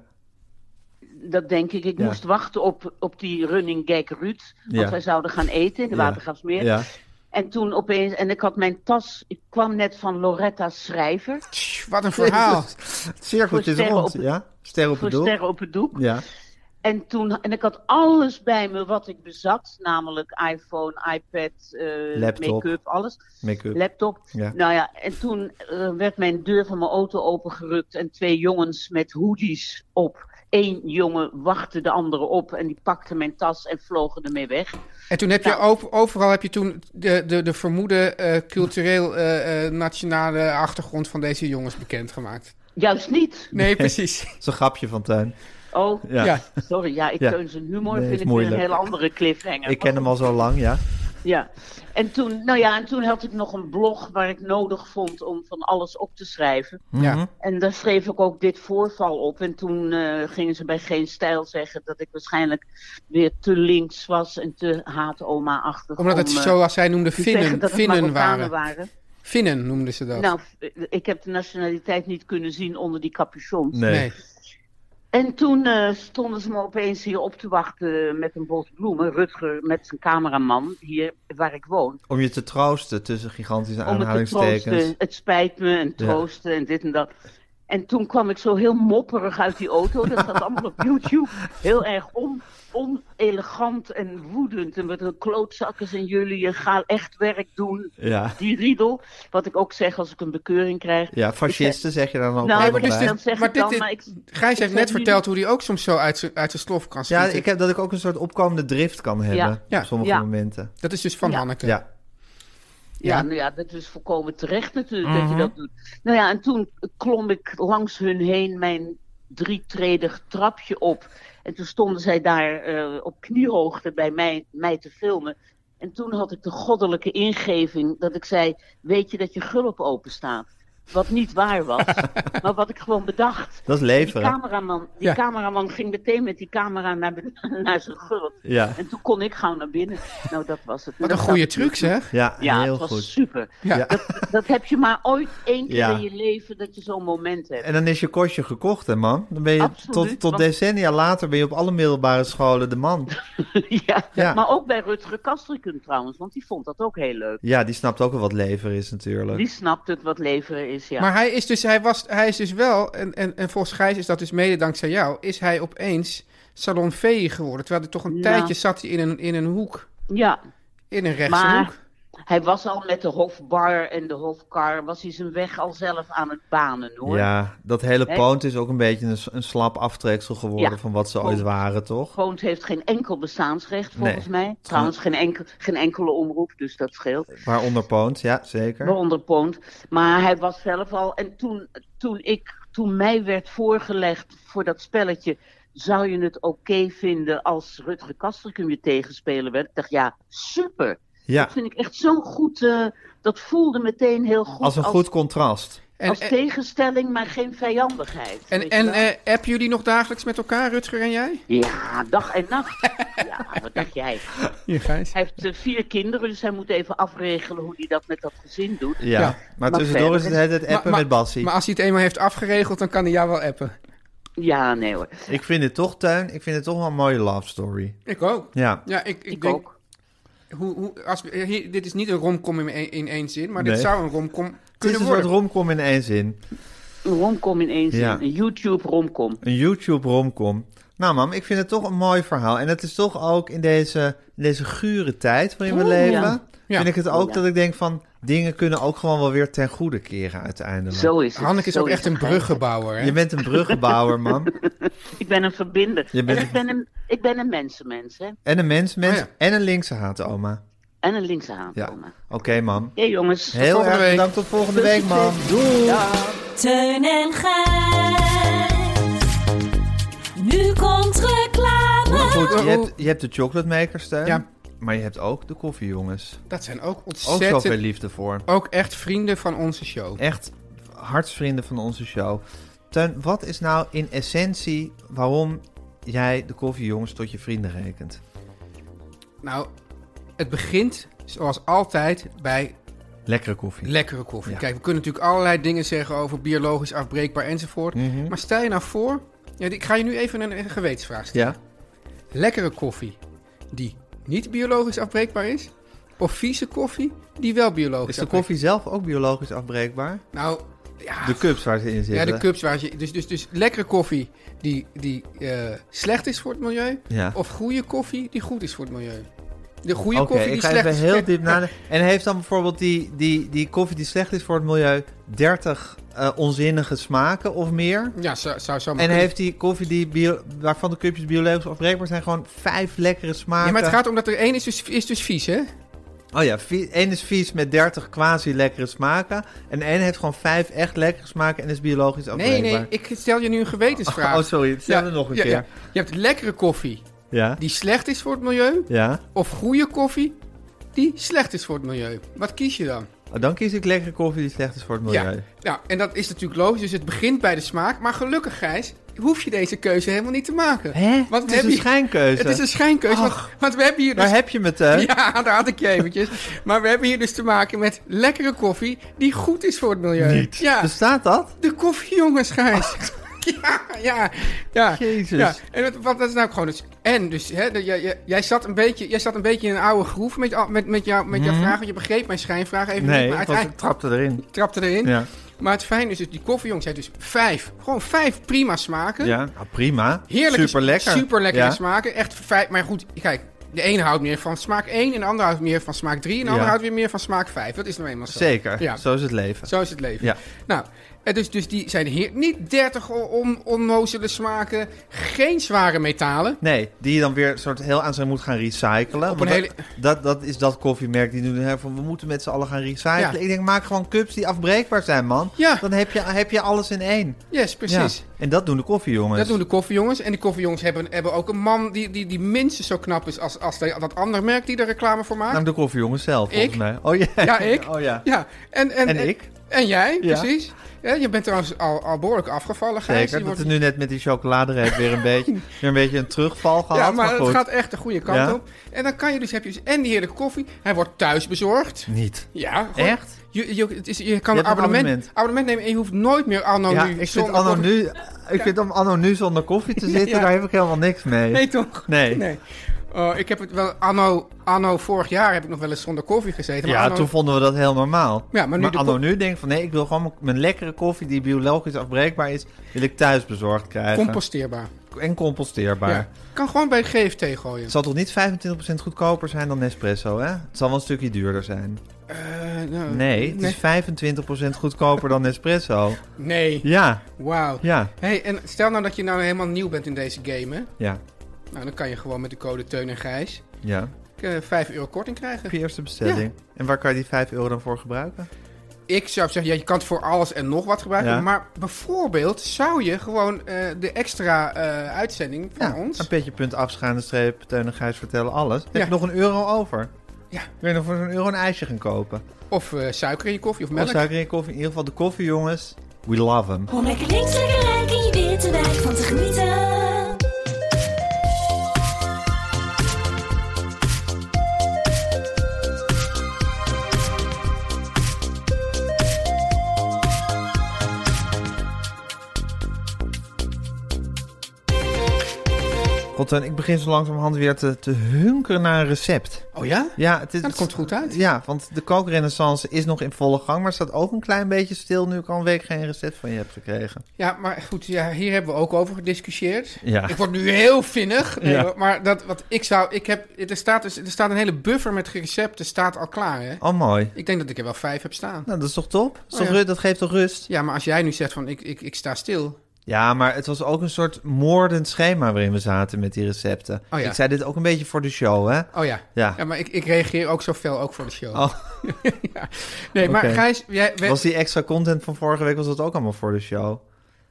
G: Dat denk ik. Ik
C: Ja.
G: moest wachten op, op die running gag Ruud. Want
C: Ja.
G: wij zouden gaan eten in de
C: Ja.
G: Watergraafsmeer.
C: Ja.
G: En toen opeens, en ik had mijn tas, ik kwam net van Loretta Schrijver.
D: Tsch, wat een verhaal.
C: Het cirkeltje is
G: Voor sterren
C: rond,
G: op-
C: ja? Sterren op
G: Voor
C: het doel.
G: Sterren op het Doek.
C: Ja.
G: En, toen, en ik had alles bij me wat ik bezat. Namelijk iPhone, iPad, eh,
C: Laptop.
G: make-up, alles.
C: Make-up.
G: Laptop.
C: Ja.
G: Nou ja, en toen eh, werd mijn deur van mijn auto opengerukt. En twee jongens met hoodies op. Eén jongen wachtte de andere op. En die pakte mijn tas en vlogen ermee weg.
D: En toen heb je
G: Nou.
D: over- overal heb je toen de, de, de vermoede eh, cultureel eh, eh, nationale achtergrond van deze jongens bekendgemaakt.
G: Juist niet.
D: Nee, precies.
C: Dat is een grapje van Teun.
G: Oh,
C: Ja.
D: Ja.
G: sorry. Ja, ik
C: Ja.
G: Teun zijn humor
C: Nee,
G: vind
C: is
G: ik weer een
C: moeilijk.
G: hele andere cliffhanger.
C: Ik ken hem al zo lang, ja.
G: Ja, en toen, nou ja, en toen had ik nog een blog waar ik nodig vond om van alles op te schrijven.
D: Ja.
C: Mhm.
G: En daar schreef ik ook dit voorval op. En toen eh, gingen ze bij Geen Stijl zeggen dat ik waarschijnlijk weer te links was en te haatoma-achtig.
D: Omdat het,
G: om, eh,
D: zoals zij noemden,
G: te zeggen
D: Finnen,
G: dat het
D: Finnen
G: Marokkanen
D: waren.
G: waren.
D: Finnen noemden ze dat.
G: Nou, f- ik heb de nationaliteit niet kunnen zien onder die capuchons.
C: Nee.
D: nee.
G: En toen eh, stonden ze me opeens hier op te wachten met een bos bloemen. Rutger met zijn cameraman, hier waar ik woon.
C: Om je te troosten tussen gigantische
G: Om het te
C: aanhalingstekens.
G: troosten, het spijt me, en
C: Ja.
G: troosten en dit en dat. En toen kwam ik zo heel mopperig uit die auto. Dat staat allemaal op YouTube. Heel erg on, onelegant en woedend. En met een klootzakken zijn jullie. Je gaat echt werk doen.
C: Ja.
G: Die riedel. Wat ik ook zeg als ik een bekeuring krijg.
C: Ja, fascisten zeg je dan ook
G: Nou,
C: even
G: maar
C: bij.
G: dit is- dat zeg
D: maar
G: ik dan,
D: dit,
G: maar ik-
D: Gijs heeft
G: ik
D: net
G: zeg nu
D: verteld hoe hij ook soms zo uit zijn uit zijn slof kan
C: Ja,
D: schieten.
C: ik heb dat ik ook een soort opkomende drift kan hebben
G: Ja.
D: Ja.
C: op sommige
G: Ja.
C: momenten.
D: Dat is dus van
G: Ja.
D: Hanneke.
C: Ja.
G: Ja,
D: Ja.
G: nou ja, dat is volkomen terecht natuurlijk dat
C: Mhm.
G: je dat doet. Nou ja, en toen klom ik langs hun heen mijn drietredig trapje op. En toen stonden zij daar eh, op kniehoogte bij mij, mij te filmen. En toen had ik de goddelijke ingeving dat ik zei, weet je dat je gulp open staat? Wat niet waar was, maar wat ik gewoon bedacht.
C: Dat is
G: Die
C: leveren.
G: cameraman, die
D: Ja.
G: cameraman ging meteen met die camera naar, ben- naar zijn gulp.
C: Ja,
G: En toen kon ik gauw naar binnen. Nou, dat was het.
D: Wat
G: Dat
D: een goede
G: zat-
D: truc, zeg.
C: ja,
G: Ja,
C: heel
G: het was
C: goed.
G: super.
D: Ja.
C: Ja.
G: Dat, dat heb je maar ooit één keer
C: Ja.
G: in je leven dat je zo'n moment hebt.
C: En dan is je kostje gekocht, hè, man? Dan ben je
G: Absoluut,
C: tot, tot
G: want-
C: decennia later ben je op alle middelbare scholen de man.
G: ja.
C: Ja.
G: Maar ook bij Rutger Kastrikum trouwens, want die vond dat ook heel leuk.
C: Ja, die snapt ook wel wat lever is natuurlijk.
G: Die snapt het wat leveren is, ja.
D: Maar hij is dus, hij was, hij is dus wel, en, en, en volgens Gijs is dat dus mede dankzij jou, is hij opeens salonveeg geworden. Terwijl hij toch een
G: Nou.
D: tijdje zat hij in een, in een hoek,
G: Ja,
D: in een rechtse
G: maar
D: hoek.
G: hij was al met de hofbar en de hofkar, was hij zijn weg al zelf aan het banen, hoor.
C: Ja, dat hele
G: Hè?
C: poont is ook een beetje een, s- een slap aftreksel geworden
G: Ja,
C: van wat ze ooit
G: poont.
C: waren, toch?
G: Poont heeft geen enkel bestaansrecht, volgens
C: Nee.
G: mij. Trouwens, geen, enkel, geen enkele omroep, dus dat scheelt.
C: Waaronder poont, ja, zeker.
G: Waaronder Poont. Maar hij was zelf al. En toen, toen, ik, toen mij werd voorgelegd voor dat spelletje, zou je het oké vinden als Rutger Kastrikum je tegenspeler werd? Ik dacht, ja, super.
C: Ja,
G: Dat vind ik echt zo'n goed. eh, dat voelde meteen heel goed.
C: als een goed contrast.
D: En,
G: als
D: en,
G: tegenstelling, maar geen vijandigheid.
D: en,
G: weet je
D: en
G: wel?
D: eh, appen jullie nog dagelijks met elkaar, Rutger en jij?
G: Ja, dag en nacht. Ja, wat dacht jij?
D: Hier, Gijs.
G: Hij heeft eh, vier kinderen, dus hij moet even afregelen hoe hij dat met dat gezin doet.
C: Ja,
D: Ja.
C: maar
G: Maar
C: tussendoor is het
G: verder-
C: het, het appen
D: Maar-
C: met Bassie.
D: Maar als hij het eenmaal heeft afgeregeld, dan kan hij jou wel appen.
G: Ja, nee hoor.
C: Ik vind het toch, Teun, ik vind het toch wel een mooie love story.
D: Ik ook.
C: Ja,
D: Ja, ik, ik,
G: Ik
D: denk,
G: ook.
D: Hoe, hoe, als we, hier, dit is niet een romcom in, één- in één zin, maar dit
C: Nee.
D: zou een romcom
C: het is
D: kunnen
C: een soort
D: worden.
C: romcom in één zin.
G: Een romcom in één zin.
C: Ja.
G: Een YouTube romcom.
C: Een YouTube romcom. Nou mam, ik vind het toch een mooi verhaal. En het is toch ook in deze, in deze gure tijd waarin we
G: Oh,
C: leven,
G: ja.
D: Ja.
C: vind ik het ook
G: Ja.
C: dat ik denk van, dingen kunnen ook gewoon wel weer ten goede keren uiteindelijk.
G: Zo is het.
D: Hanneke is
G: zo
D: ook echt
G: het,
D: een
G: Gijs.
D: bruggenbouwer, hè?
C: Je bent een bruggenbouwer, man.
G: Ik ben een verbinder.
C: Je bent
G: En
C: een-
G: ik ben een, ik ben een mensenmens, hè.
C: En een mens, mens
D: Oh ja.
C: en een linkse haatoma.
G: En een linkse
C: Ja,
G: haatoma.
C: oké mam.
G: Hé jongens.
C: Heel
D: volgende
C: erg
D: week.
C: bedankt, tot volgende
G: Veel
C: week man.
G: succes.
C: Doei!
G: Dag.
F: Teun en Gijs. Nu komt reclame.
C: Goed, je
D: Oh,
C: hebt, je hebt de chocolate maker steun,
D: Ja.
C: maar je hebt ook de koffiejongens.
D: Dat zijn ook
C: Ook zoveel
D: ontzettend,
C: liefde voor.
D: ook echt vrienden van onze show.
C: Echt hartsvrienden van onze show. Teun, wat is nou in essentie waarom jij de koffiejongens tot je vrienden rekent?
D: Nou, het begint zoals altijd bij
C: Lekkere koffie.
D: lekkere koffie.
C: Ja.
D: Kijk, we kunnen natuurlijk allerlei dingen zeggen over biologisch afbreekbaar enzovoort.
C: Mhm.
D: Maar stel je nou voor, ja, ik ga je nu even een, een gewetensvraag stellen.
C: Ja?
D: Lekkere koffie die niet biologisch afbreekbaar is, of vieze koffie die wel biologisch
C: Is de
D: afbreekbaar
C: koffie zelf ook biologisch afbreekbaar?
D: Nou, ja,
C: De cups waar ze in
D: ja,
C: zitten?
D: de cups waar je... Dus, dus, dus lekkere koffie die, die eh, slecht is voor het milieu,
C: Ja.
D: of goede koffie die goed is voor het milieu. De goede
C: Oké,
D: koffie
C: ik
D: die
C: ga
D: slecht
C: even
D: is...
C: heel diep nadenken. En heeft dan bijvoorbeeld die, die, die koffie die slecht is voor het milieu dertig uh, onzinnige smaken of meer?
D: Ja, zou, zou zo maar
C: En
D: kunnen.
C: heeft die koffie die bio, waarvan de cupjes biologisch afbreekbaar zijn gewoon vijf lekkere smaken?
D: Ja, maar het gaat om dat er één is dus, is dus vies, hè?
C: Oh ja, vie- één is vies met dertig quasi lekkere smaken. En één heeft gewoon vijf echt lekkere smaken en is biologisch
D: Nee,
C: afbreekbaar.
D: nee, ik stel je nu een gewetensvraag.
C: Oh, sorry, stel
D: Ja,
C: er nog een
D: ja,
C: keer.
D: ja. Je hebt lekkere koffie
C: Ja,
D: die slecht is voor het milieu,
C: ja.
D: of goede koffie die slecht is voor het milieu. Wat kies je dan?
C: Oh, dan kies ik lekkere koffie die slecht is voor het milieu.
D: Ja, nou, en dat is natuurlijk logisch, dus het begint bij de smaak. Maar gelukkig, Gijs, hoef je deze keuze helemaal niet te maken.
C: Hè?
D: Want
C: het
D: we
C: is een
D: hebben hier-
C: schijnkeuze.
D: Het is een schijnkeuze, want, want we hebben hier dus...
C: Daar heb je me, Teun.
D: Ja, daar had ik je eventjes. Maar we hebben hier dus te maken met lekkere koffie die goed is voor het milieu.
C: Niet.
D: Ja,
C: Bestaat dat?
D: de koffiejongens, Gijs. Ja, ja, ja.
C: Jezus.
D: Ja, en wat, wat dat is nou gewoon dus. En dus, hè, de- jij, jij, jij, zat een beetje, jij zat een beetje in een oude groef met, al- met, met, jou, met jouw vraag. Want je begreep mijn schijnvraag even
C: Nee,
D: niet. Maar
C: het was,
D: uiteindelijk
C: het trapte erin.
D: trapte erin.
C: Ja,
D: Maar het fijne is dus, die koffiejongens heeft dus vijf, gewoon vijf prima smaken.
C: ja. Nou, prima.
D: Heerlijke,
C: Super lekker.
D: Super lekkere
C: Ja.
D: smaken. Echt vijf. Maar goed, kijk. De ene houdt meer van smaak één, en de andere houdt meer van smaak drie, en de
C: Ja.
D: andere houdt weer meer van smaak vijf. Dat is nou eenmaal zo.
C: Zeker,
D: Ja.
C: zo is het leven.
D: Zo is het leven.
C: Ja.
D: Nou, En dus, dus die zijn hier niet dertig on, onnozele smaken. Geen zware metalen.
C: Nee, die je dan weer soort heel aan zijn moet gaan recyclen.
D: Op
C: Want
D: een
C: dat,
D: hele-
C: dat, dat is dat koffiemerk die nu hè, van we moeten met z'n allen gaan recyclen.
D: Ja.
C: Ik denk, maak gewoon cups die afbreekbaar zijn, man.
D: Ja.
C: Dan heb je, heb je alles in één.
D: Yes, precies.
C: Ja. En dat doen de koffiejongens.
D: Dat doen de koffiejongens. En die koffiejongens hebben, hebben ook een man die, die, die minstens zo knap is als, als de- dat andere merk die er reclame voor maakt.
C: Nou, de koffiejongens zelf, volgens
D: Ik?
C: mij. Oh ja.
D: Ja, ik.
C: Oh ja.
D: Ja. En, en,
C: En ik?
D: En jij,
C: Ja.
D: precies. Ja, je bent trouwens al, al behoorlijk afgevallen, Gijs.
C: Zeker,
D: Je
C: dat
D: wordt-
C: er nu net met die chocoladereep weer een beetje, weer een beetje een terugval gehad.
D: Ja, maar,
C: goed.
D: het gaat echt de goede kant
C: Ja.
D: op. En dan kan je dus, heb je dus en die heerlijke koffie. Hij wordt thuis bezorgd.
C: Niet.
D: Ja, gewoon-
C: Echt?
D: Je, je, het is, je kan
C: Je
D: een
C: hebt een
D: abonnement,
C: abonnement.
D: abonnement nemen en je hoeft nooit meer anno
C: Ja,
D: nu
C: ik vind,
D: zonder
C: anno
D: koffie-
C: nu, ik vind om anno nu zonder koffie te zitten,
D: Ja.
C: daar heb ik helemaal niks mee.
D: Nee, toch?
C: Nee.
D: nee. Oh, ik heb het wel, anno, anno vorig jaar heb ik nog wel eens zonder koffie gezeten. Maar
C: Ja,
D: anno,
C: toen vonden we dat heel normaal.
D: Ja, maar nu de
C: anno
D: ko-
C: nu denk ik van nee, ik wil gewoon mijn lekkere koffie die biologisch afbreekbaar is, wil ik thuis bezorgd krijgen.
D: composteerbaar.
C: En composteerbaar.
D: Ja. Kan gewoon bij G F T gooien.
C: Het zal toch niet vijfentwintig procent goedkoper zijn dan Nespresso, hè? Het zal wel een stukje duurder zijn.
D: Eh, nou,
C: Nee, het is vijfentwintig procent goedkoper dan Nespresso.
D: Nee.
C: Ja,
D: Wauw.
C: ja,
D: Hey, en stel nou dat je nou helemaal nieuw bent in deze game, hè?
C: ja,
D: Nou, dan kan je gewoon met de code Teun en Gijs
C: ja.
D: uh, vijf euro korting krijgen.
C: Op je eerste bestelling. En waar kan je die vijf euro dan voor gebruiken?
D: Ik zou zeggen, ja, je kan het voor alles en nog wat gebruiken.
C: Ja.
D: Maar bijvoorbeeld zou je gewoon eh, de extra eh, uitzending van
C: Ja,
D: ons...
C: een petje punt afschuine streep, Teun en Gijs vertellen alles. Heb
D: Ja.
C: je nog een euro over?
D: Ja.
C: Wil je nog voor zo'n euro een ijsje gaan kopen?
D: Of uh, suiker in je koffie of
C: Of
D: melk.
C: suiker in je koffie. In ieder geval de koffie, jongens. We love them.
F: Om lekker links, lekker rijk in je witte wijk van te genieten.
C: God, en ik begin zo langzamerhand weer te, te hunkeren naar een recept.
D: Oh ja?
C: Ja, het is,
D: Dat komt goed uit.
C: Ja, want de kookrenaissance is nog in volle gang, maar staat ook een klein beetje stil nu ik al een week geen recept van je heb gekregen.
D: Ja, maar goed, ja, hier hebben we ook over gediscussieerd.
C: Ja.
D: Ik word nu heel vinnig. Nee,
C: Ja.
D: hoor, maar dat, wat ik zou... Ik heb, er, staat dus, er staat een hele buffer met recepten, staat al klaar, hè?
C: Oh, mooi.
D: Ik denk dat ik er wel vijf heb staan.
C: Nou, dat is toch top? Dat, is
D: Oh,
C: toch
D: ja.
C: ru- dat geeft toch rust?
D: Ja, maar als jij nu zegt van ik, ik, ik sta stil...
C: Ja, maar het was ook een soort moordend schema waarin we zaten met die recepten.
D: Oh, ja.
C: Ik zei dit ook een beetje voor de show, hè?
D: Oh ja.
C: Ja.
D: Ja, maar ik, ik reageer ook zo fel, ook voor de show.
C: Oh,
D: Ja. Nee, maar
C: Oké.
D: Gijs, jij, we-
C: was die extra content van vorige week, was dat ook allemaal voor de show?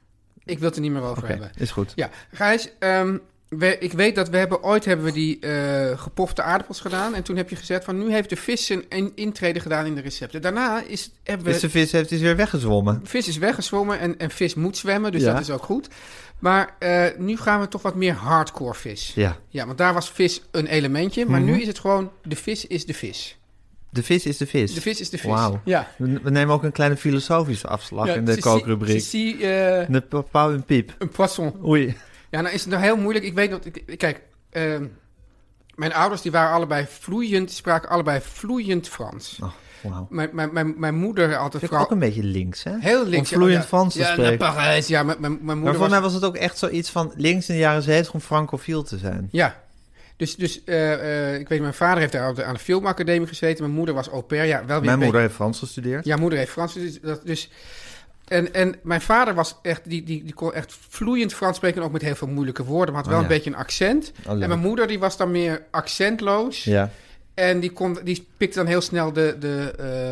D: ik wil het er niet meer over
C: Oké,
D: hebben.
C: is goed.
D: Ja, Gijs, ehm, we, ik weet dat we hebben ooit hebben we die eh, gepofte aardappels gedaan. En toen heb je gezegd van nu heeft de vis een in- intrede gedaan in de recepten. Daarna is, hebben we...
C: Dus de vis heeft dus weer weggezwommen.
D: Vis is weggezwommen en, en vis moet zwemmen, dus
C: Ja.
D: dat is ook goed. Maar eh, nu gaan we toch wat meer hardcore vis.
C: Ja.
D: Ja, want daar was vis een elementje, maar
C: Mhm.
D: nu is het gewoon de vis is de vis.
C: De vis is de vis.
D: De vis is de vis.
C: Wauw.
D: Ja.
C: We, we nemen ook een kleine filosofische afslag
D: Ja,
C: in de
D: Ceci-
C: kookrubriek.
D: Ceci, eh,
C: De pa- pauw en piep.
D: een poisson.
C: Oei.
D: Ja, nou is het nou heel moeilijk. Ik weet dat... ik- Kijk, ehm, mijn ouders die waren allebei vloeiend, spraken allebei vloeiend Frans.
C: Oh, wauw.
D: Mijn, mijn, mijn, mijn moeder altijd
C: Vind ik
D: vooral...
C: ook een beetje links, hè?
D: Heel links.
C: Om vloeiend
D: ja,
C: Frans te
D: ja,
C: spreken.
D: naar Parijs. Ja, mijn, mijn, mijn
C: Maar
D: moeder
C: voor
D: was...
C: mij was het ook echt zoiets van links in de jaren zeventig om francofiel te zijn.
D: Ja. Dus, dus eh, eh, ik weet, mijn vader heeft daar op de- aan de filmacademie gezeten. Mijn moeder was au pair. Ja, wel weer
C: Mijn
D: een
C: moeder
D: beetje-
C: heeft Frans gestudeerd.
D: Ja, moeder heeft Frans. Dus, dat, dus, en, en mijn vader was echt, die, die, die kon echt vloeiend Frans spreken. Ook met heel veel moeilijke woorden. Maar had wel
C: Oh,
D: een
C: ja.
D: beetje een accent.
C: Oh, leuk.
D: En mijn moeder die was dan meer accentloos.
C: Ja.
D: En die, kon, die pikte dan heel snel de, de,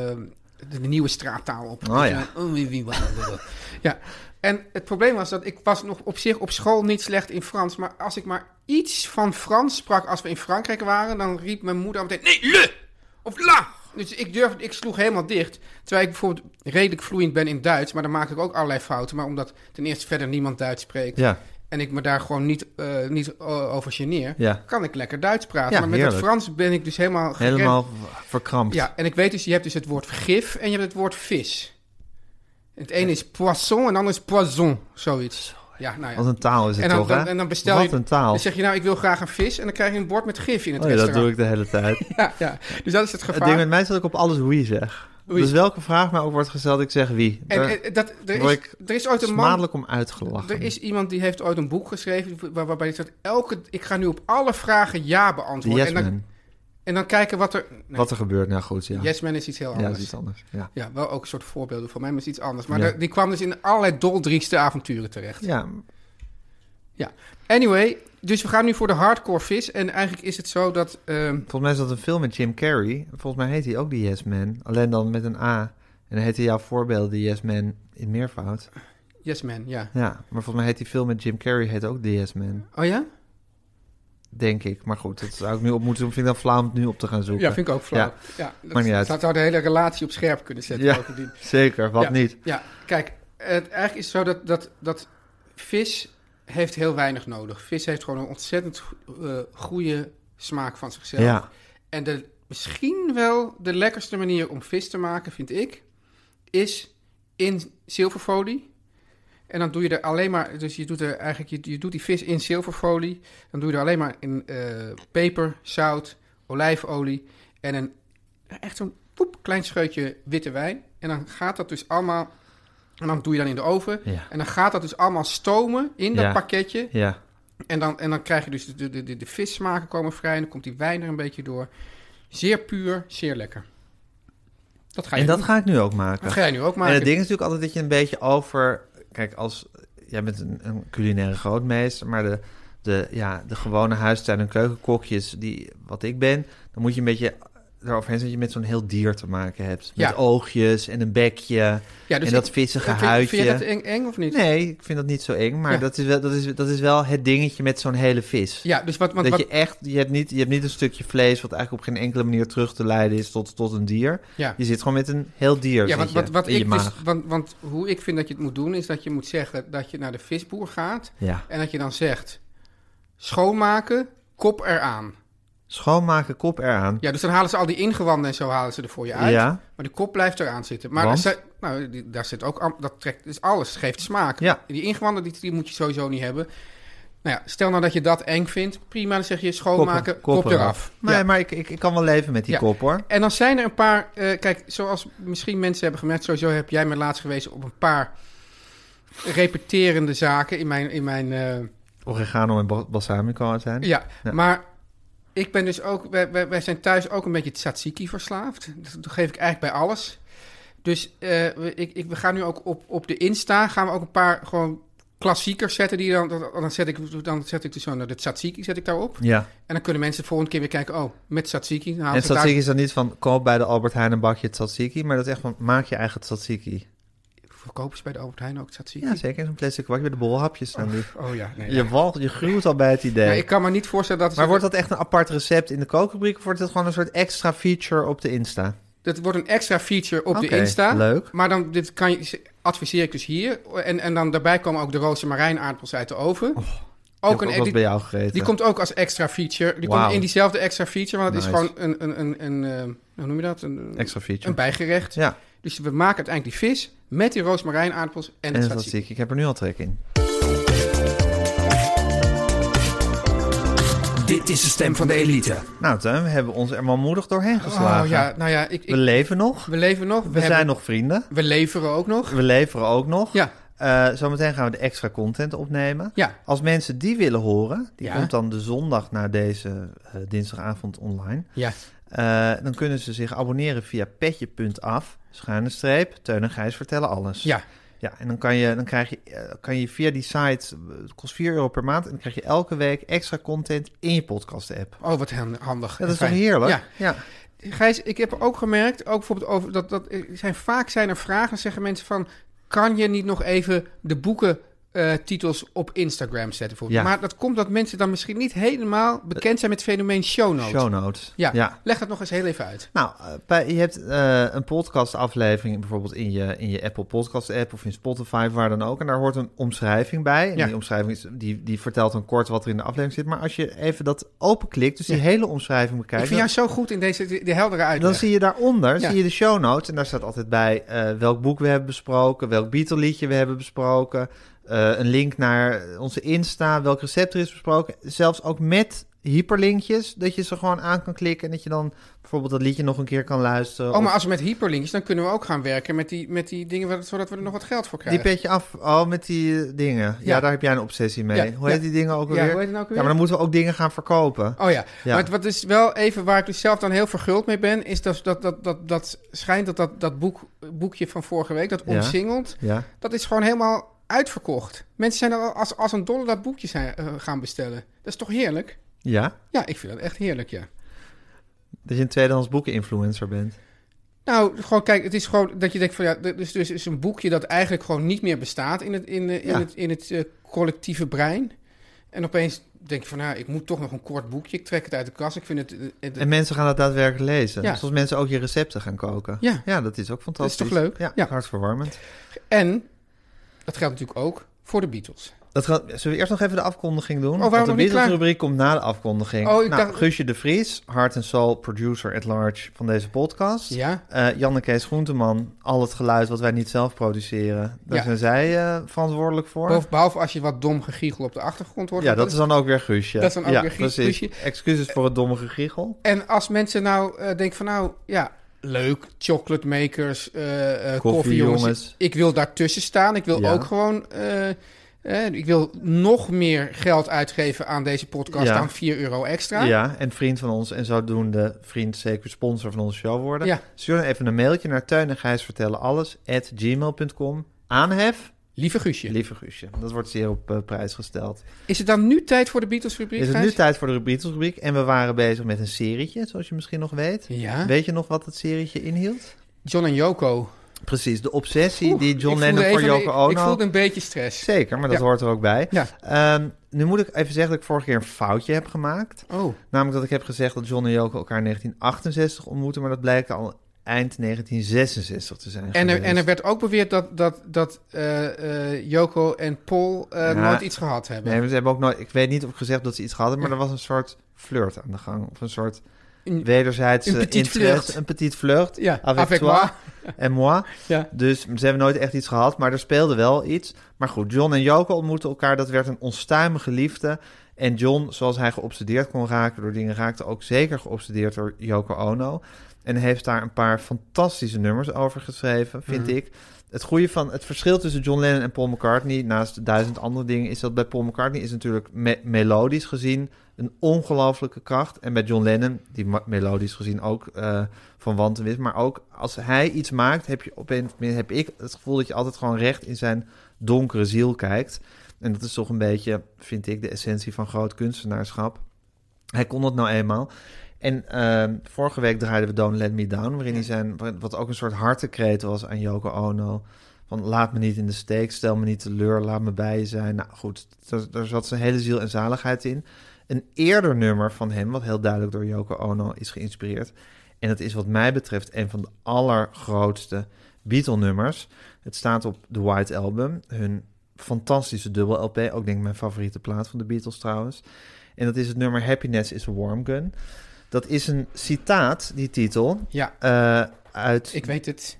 D: eh, de, de nieuwe straattaal op.
C: Oh,
D: Dus,
C: ja.
D: eh, oh, wie- wie- wat- wat- wat. Ja. En het probleem was dat ik was nog op zich op school niet slecht in Frans. Maar als ik maar iets van Frans sprak als we in Frankrijk waren... dan riep mijn moeder al meteen, nee, le! Of la! Dus ik durfde, ik sloeg helemaal dicht. Terwijl ik bijvoorbeeld redelijk vloeiend ben in Duits... maar dan maak ik ook allerlei fouten. Maar omdat ten eerste verder niemand Duits spreekt...
C: Ja.
D: en ik me daar gewoon niet, eh, niet uh, over geneer...
C: Ja.
D: kan ik lekker Duits praten.
C: Ja,
D: maar met
C: heerlijk.
D: het Frans ben ik dus helemaal... geremd.
C: Helemaal v- verkrampt.
D: Ja, en ik weet dus, je hebt dus het woord gif en je hebt het woord vis. Het ene is poisson en het andere is poison, zoiets. Ja, nou ja.
C: Wat een taal is het
D: En dan,
C: toch,
D: dan,
C: hè?
D: en dan bestel
C: Wat
D: je...
C: een taal.
D: Dan zeg je nou, ik wil graag een vis... en dan krijg je een bord met gif in het
C: Oh ja, dat
D: restaurant.
C: doe ik de hele tijd.
D: Ja, ja. Dus dat is het
C: Het
D: gevaar.
C: ding met mij is dat ik op alles wie zeg.
D: Oei.
C: Dus welke vraag mij ook wordt gesteld, ik zeg wie.
D: En,
C: Daar
D: en dat, er,
C: word
D: is,
C: ik
D: er is ooit een man...
C: smadelijk om uitgelachen.
D: Er is iemand die heeft ooit een boek geschreven... Waar, waarbij hij zegt, elke, ik ga nu op alle vragen ja
C: De
D: beantwoorden.
C: yes
D: en dan,
C: man.
D: En dan kijken wat er... Nee,
C: Wat er gebeurt, nou goed, ja.
D: Yes Man is iets heel
C: Ja,
D: anders.
C: dat is iets anders, ja.
D: Ja, wel ook een soort voorbeelden. Voor mij maar is iets anders. Maar
C: Ja.
D: de- die kwam dus in allerlei doldrieste avonturen terecht.
C: Ja,
D: Ja. Anyway, dus we gaan nu voor de hardcore vis. En eigenlijk is het zo dat... ehm,
C: volgens mij is dat een film met Jim Carrey. Volgens mij heet hij ook The Yes Man. Alleen dan met een A. En dan heet hij jouw voorbeeld The Yes Man in meervoud.
D: Yes Man, ja.
C: Ja, maar volgens mij heet die film met Jim Carrey heet ook The Yes Man.
D: Oh ja?
C: Denk ik. Maar goed, dat zou ik nu op moeten doen. Vind ik dan flauw om het nu op te gaan zoeken.
D: Ja, vind ik ook flauw.
C: Ja.
D: Ja, dat,
C: Maakt niet uit.
D: dat zou de hele relatie op scherp kunnen zetten.
C: Ja.
D: bovendien.
C: Zeker, wat
D: Ja.
C: niet.
D: Ja, kijk, het, eigenlijk is het zo dat, dat, dat vis heeft heel weinig nodig. Vis heeft gewoon een ontzettend uh, goede smaak van zichzelf.
C: Ja.
D: En de, misschien wel de lekkerste manier om vis te maken, vind ik, is in zilverfolie. En dan doe je er alleen maar, dus je doet er eigenlijk, je, je doet die vis in zilverfolie. Dan doe je er alleen maar in uh, peper, zout, olijfolie en een echt zo'n poep, klein scheutje witte wijn. En dan gaat dat dus allemaal, en dan doe je dan in de oven.
C: Ja.
D: En dan gaat dat dus allemaal stomen in dat
C: Ja.
D: pakketje.
C: Ja.
D: En dan, en dan krijg je dus de, de, de, de vissmaken komen vrij. En dan komt die wijn er een beetje door. Zeer puur, zeer lekker. Dat ga je
C: En dat
D: doen.
C: ga ik nu ook maken.
D: Dat ga jij nu ook
C: En
D: maken.
C: het ding is natuurlijk altijd dat je een beetje over... Kijk, als jij bent een, een culinaire grootmeester, maar de, de, ja, de gewone huistuin- en keukenkokjes, die, wat ik ben, dan moet je een beetje eroverheen dat je met zo'n heel dier te maken hebt. Met
D: Ja.
C: oogjes en een bekje
D: Ja, dus
C: en dat
D: ik-
C: vissige
D: vind,
C: huidje.
D: Vind je dat eng, eng of niet?
C: Nee, ik vind dat niet zo eng, maar
D: Ja.
C: dat, is wel, dat, is, dat is wel het dingetje met zo'n hele vis.
D: Ja, dus wat... wat,
C: dat
D: wat
C: je echt, je hebt, niet, je hebt niet een stukje vlees wat eigenlijk op geen enkele manier terug te leiden is tot, tot een dier.
D: ja.
C: Je zit gewoon met een heel dier
D: Ja,
C: zit
D: wat,
C: je
D: wat, wat
C: in je
D: ik dus,
C: maag.
D: want, want hoe ik vind dat je het moet doen, is dat je moet zeggen dat je naar de visboer gaat
C: Ja.
D: en dat je dan zegt, schoonmaken, kop eraan.
C: Schoonmaken, kop eraan.
D: Ja, dus dan halen ze al die ingewanden en zo halen ze er voor je uit.
C: Ja.
D: Maar de kop blijft eraan zitten. Maar
C: Want?
D: er zijn- nou, die- daar zit ook, am- dat trekt, dus alles geeft smaak.
C: Ja.
D: Die ingewanden, die, die moet je sowieso niet hebben. Nou ja, stel nou dat je dat eng vindt, prima, dan zeg je schoonmaken, kop,
C: kop
D: eraf.
C: Nee,
D: Ja.
C: maar ik, ik, ik kan wel leven met die
D: Ja.
C: kop, hoor.
D: En dan zijn er een paar, eh, kijk, zoals misschien mensen hebben gemerkt, sowieso heb jij me laatst gewezen op een paar repeterende zaken in mijn, in mijn uh,
C: Oregano en ba- balsamico zijn.
D: ja,
C: Ja.
D: maar ik ben dus ook, wij, wij, wij zijn thuis ook een beetje tzatziki verslaafd. Dat, dat geef ik eigenlijk bij alles. Dus uh, we, ik, ik, we gaan nu ook op, op de Insta, gaan we ook een paar gewoon klassiekers zetten. Die dan, dan, dan zet ik, dan zet ik dus zo naar de tzatziki zet ik daarop.
C: Ja.
D: En dan kunnen mensen de volgende keer weer kijken, oh, met tzatziki. Dan halen
C: En
D: ze het
C: tzatziki is dan niet van, koop bij de Albert Heijn een bakje tzatziki, maar dat is echt van, maak je eigen tzatziki.
D: uit. Verkopen ze bij de Albert Heijn ook tzatziki?
C: Ja, zeker. In zo'n plastic bakje bij de bolhapjes staan die.
D: Oh ja, nee.
C: Je
D: ja.
C: walgt, je gruwt al bij het idee.
D: Ja, ik kan me niet voorstellen dat...
C: Maar
D: ze-
C: wordt dat echt een apart recept in de kookrubriek of wordt het gewoon een soort extra feature op de Insta?
D: Dat wordt een extra feature op
C: Oké,
D: de Insta.
C: leuk.
D: Maar dan dit kan je, adviseer ik dus hier. En, en dan daarbij komen ook de rozemarijn aardappels uit de oven.
C: Oh,
D: ook
C: Ik heb
D: een,
C: ook
D: die,
C: bij jou gegeten.
D: die komt ook als extra feature. Die
C: Wauw.
D: komt in diezelfde extra feature. Want het
C: Nice.
D: is gewoon een, een, een, een, eh, hoe noem je dat? Een,
C: Extra feature.
D: een bijgerecht.
C: Ja,
D: Dus we maken uiteindelijk die vis met die rozemarijn aardappels en
C: en
D: de
C: dat
D: tzatziki.
C: zie ik. Ik heb er nu al trek in.
E: Dit is de stem van de elite.
C: Nou, Teun, we hebben ons er manmoedig doorheen geslagen.
D: Oh ja, nou ja, ik, ik,
C: We leven nog.
D: we leven nog.
C: We,
D: We,
C: zijn
D: hebben-
C: nog vrienden.
D: we leveren ook nog.
C: We leveren ook nog.
D: Ja,
C: Eh, zometeen gaan we de extra content opnemen.
D: ja.
C: Als mensen die willen horen, die
D: Ja.
C: komt dan de zondag na deze eh, dinsdagavond online.
D: Ja.
C: Eh, dan kunnen ze zich abonneren via petje.af, schuine streep, Teun en Gijs vertellen alles.
D: Ja.
C: Ja, en dan kan je, dan krijg je, eh, kan je via die site, eh, het kost vier euro per maand, en dan krijg je elke week extra content in je podcast-app.
D: Oh, wat han- handig.
C: Ja, dat is
D: En
C: toch
D: fijn.
C: heerlijk?
D: Ja.
C: ja.
D: Gijs, ik heb ook gemerkt, ook bijvoorbeeld over dat, dat er zijn vaak zijn er vragen, zeggen mensen van, kan je niet nog even de boeken eh, titels op Instagram zetten bijvoorbeeld?
C: Ja.
D: Maar dat komt dat mensen dan misschien niet helemaal bekend zijn met het fenomeen show notes.
C: Show notes.
D: Ja.
C: ja.
D: Leg dat nog eens heel even uit.
C: Nou, eh, bij, je hebt eh, een podcastaflevering bijvoorbeeld in je, in je Apple Podcast app of in Spotify, waar dan ook. En daar hoort een omschrijving bij. En
D: Ja.
C: die omschrijving is, die, die vertelt dan kort wat er in de aflevering zit. Maar als je even dat openklikt, dus die
D: Ja.
C: hele omschrijving bekijkt,
D: ik vind jou zo goed in deze de, de heldere uitleg.
C: dan zie je daaronder
D: Ja.
C: zie je de show notes. En daar staat altijd bij eh, welk boek we hebben besproken, welk Beatle-liedje we hebben besproken. Uh, een link naar onze Insta, welk recept er is besproken. Zelfs ook met hyperlinkjes, dat je ze gewoon aan kan klikken en dat je dan bijvoorbeeld dat liedje nog een keer kan luisteren.
D: Oh, maar
C: Of
D: als we met hyperlinkjes, dan kunnen we ook gaan werken met die, met die dingen, zodat we er nog wat geld voor
C: die
D: krijgen.
C: petje af, oh, met die eh, dingen. Ja,
D: Ja.
C: daar heb jij een obsessie mee.
D: Ja,
C: Hoe heet
D: ja.
C: die dingen ook
D: Ja,
C: alweer?
D: hoe heet het nou ook
C: Ja,
D: weer?
C: maar dan moeten we ook dingen gaan verkopen.
D: Oh ja,
C: Ja.
D: maar wat is wel even waar ik dus zelf dan heel verguld mee ben, is dat dat, dat, dat, dat schijnt dat dat, dat boek, boekje van vorige week, dat
C: Ja.
D: Omsingeld,
C: Ja.
D: dat is gewoon helemaal uitverkocht. Mensen zijn er al als, als een dolle dat boekje zijn, uh, gaan bestellen. Dat is toch heerlijk?
C: Ja?
D: Ja, ik vind dat echt heerlijk, ja.
C: Dat je een tweedehands boeken-influencer bent.
D: Nou, gewoon kijk, het is gewoon dat je denkt van ja, dus, dus is een boekje dat eigenlijk gewoon niet meer bestaat in het, in, de- in
C: Ja.
D: het, in het uh, collectieve brein. En opeens denk je van nou, ik moet toch nog een kort boekje. Ik trek het uit de kast. Ik vind het... uh, het
C: En mensen gaan dat daadwerkelijk lezen.
D: Ja.
C: Zoals mensen ook je recepten gaan koken.
D: Ja.
C: Ja, dat is ook fantastisch.
D: Dat is toch leuk?
C: Ja,
D: Ja.
C: hartverwarmend.
D: En dat geldt natuurlijk ook voor de Beatles.
C: Dat gaat, zullen we eerst nog even de afkondiging doen?
D: waarom
C: Want
D: nog
C: de
D: niet klaar?
C: Beatles-rubriek komt na de afkondiging.
D: Oh, ik
C: nou,
D: dacht-
C: Guusje de Vries, Heart and Soul, producer at large van deze podcast.
D: Ja.
C: Uh, Jan en Kees Groenteman, al het geluid wat wij niet zelf produceren, daar
D: Ja.
C: zijn zij uh, verantwoordelijk voor.
D: Behalve, behalve als je wat dom gegiegel op de achtergrond hoort.
C: ja,
D: want
C: dat is dan ook weer Guusje.
D: Dat is dan ook
C: ja,
D: weer Guus-
C: precies.
D: Guusje.
C: Excuses voor het domme gegiegel.
D: En als mensen nou uh, denken van nou, ja, leuk, chocolate makers, uh, uh, koffiejongens.
C: jongens.
D: Ik wil daartussen staan. Ik wil
C: Ja.
D: ook gewoon... Uh, uh, ik wil nog meer geld uitgeven aan deze podcast
C: Ja.
D: dan vier euro extra.
C: Ja, en vriend van ons en zodoende vriend zeker sponsor van onze show worden.
D: Ja.
C: Stuur dan even een mailtje naar Teun en Gijs vertellen alles at gmail punt com. Aanhef,
D: Lieve Guusje.
C: lieve Guusje. Dat wordt zeer op uh, prijs gesteld.
D: Is het dan nu tijd voor de Beatles-rubriek,
C: Is het
D: Gijs?
C: nu tijd voor de Beatles-rubriek en we waren bezig met een serietje, zoals je misschien nog weet.
D: Ja.
C: Weet je nog wat het serietje inhield?
D: John en Yoko.
C: Precies, de obsessie
D: Oeh,
C: die John
D: ik
C: Lennon
D: voelde
C: voor
D: even-
C: Yoko Ono...
D: Ik voelde een beetje stress.
C: Zeker, maar dat
D: Ja.
C: hoort er ook bij.
D: Ja.
C: Ehm, nu moet ik even zeggen dat ik vorige keer een foutje heb gemaakt.
D: Oh,
C: Namelijk dat ik heb gezegd dat John en Yoko elkaar in negentien achtenzestig ontmoeten, maar dat blijkt al eind negentien zesenzestig te zijn
D: en er,
C: geweest.
D: en er werd ook beweerd dat, dat, dat uh, uh, Yoko en Paul uh,
C: Ja.
D: nooit iets gehad hebben.
C: Nee, maar ze hebben ook nooit... Ik weet niet of ik gezegd dat ze iets gehad hebben, maar er was een soort flirt aan de gang. Of een soort
D: Een-
C: wederzijdse
D: een petit
C: interesse.
D: flirt.
C: Een petit flirt.
D: Ja,
C: Avec,
D: avec
C: toi
D: moi.
C: en moi.
D: Ja.
C: Dus ze hebben nooit echt iets gehad, maar er speelde wel iets. Maar goed, John en Yoko ontmoeten elkaar. Dat werd een onstuimige liefde. En John, zoals hij geobsedeerd kon raken door dingen, raakte ook zeker geobsedeerd door Yoko Ono. En heeft daar een paar fantastische nummers over geschreven, vind
D: Mhm.
C: ik. Het goede van het verschil tussen John Lennon en Paul McCartney, naast duizend andere dingen, is dat bij Paul McCartney is natuurlijk me- melodisch gezien een ongelooflijke kracht. En bij John Lennon, die ma- melodisch gezien ook uh, van wanten is, maar ook als hij iets maakt, heb je opeens heb ik het gevoel dat je altijd gewoon recht in zijn donkere ziel kijkt. En dat is toch een beetje, vind ik, de essentie van groot kunstenaarschap. Hij kon het nou eenmaal. En uh, vorige week draaiden we Don't Let Me Down, waarin hij zijn, wat ook een soort hartekreet was aan Yoko Ono. Van laat me niet in de steek, stel me niet teleur, laat me bij je zijn. Nou goed, daar, daar zat zijn hele ziel en zaligheid in. Een eerder nummer van hem, wat heel duidelijk door Yoko Ono is geïnspireerd. En dat is wat mij betreft een van de allergrootste Beatle-nummers. Het staat op The White Album, hun fantastische dubbel L P. Ook denk ik mijn favoriete plaat van de Beatles trouwens. En dat is het nummer Happiness is a Warm Gun. Dat is een citaat, die titel,
D: Ja,
C: uh, uit...
D: ik weet het.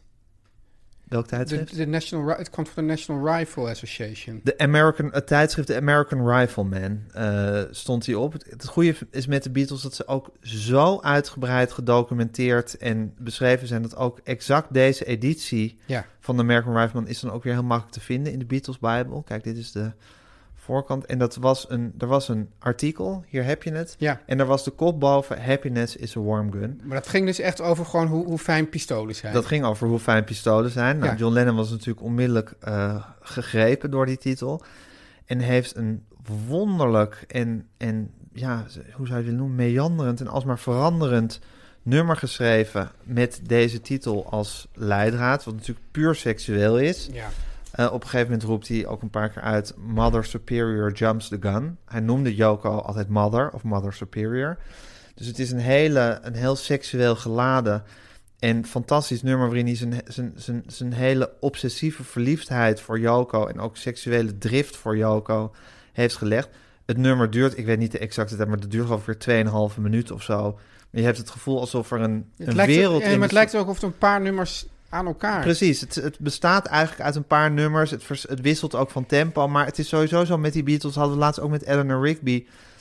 C: Welk
D: De,
C: tijdschrift?
D: de National, Ri- het komt van de National Rifle Association.
C: De American, het tijdschrift The American Rifleman uh, stond hij op. Het, het goede is met de Beatles dat ze ook zo uitgebreid gedocumenteerd en beschreven zijn dat ook exact deze editie
D: Ja.
C: van de American Rifleman is dan ook weer heel makkelijk te vinden in de Beatles Bijbel. Kijk, dit is de voorkant. En dat was een, er was een artikel, hier heb je het.
D: Ja.
C: En daar was de kop boven, Happiness is a Warm Gun.
D: Maar dat ging dus echt over gewoon hoe, hoe fijn pistolen zijn.
C: Dat ging over hoe fijn pistolen zijn. Nou,
D: Ja.
C: John Lennon was natuurlijk onmiddellijk uh, gegrepen door die titel. En heeft een wonderlijk en, en ja, hoe zou je het noemen, meanderend en alsmaar veranderend nummer geschreven met deze titel als leidraad, wat natuurlijk puur seksueel is.
D: Ja.
C: Uh, op een gegeven moment roept hij ook een paar keer uit Mother Superior jumps the gun. Hij noemde Yoko altijd Mother of Mother Superior. Dus het is een, hele, een heel seksueel geladen en fantastisch nummer waarin hij zijn, zijn, zijn, zijn hele obsessieve verliefdheid voor Yoko en ook seksuele drift voor Yoko heeft gelegd. Het nummer duurt, ik weet niet de exacte tijd, maar het duurt ongeveer tweeënhalve minuut of zo. Maar je hebt het gevoel alsof er een,
D: Het
C: een
D: lijkt,
C: wereld
D: ja,
C: in...
D: maar het lijkt ook of er een paar nummers aan elkaar.
C: Precies, het, het bestaat eigenlijk uit een paar nummers. Het, vers, het wisselt ook van tempo. Maar het is sowieso zo met die Beatles. Hadden we laatst ook met Eleanor Rigby.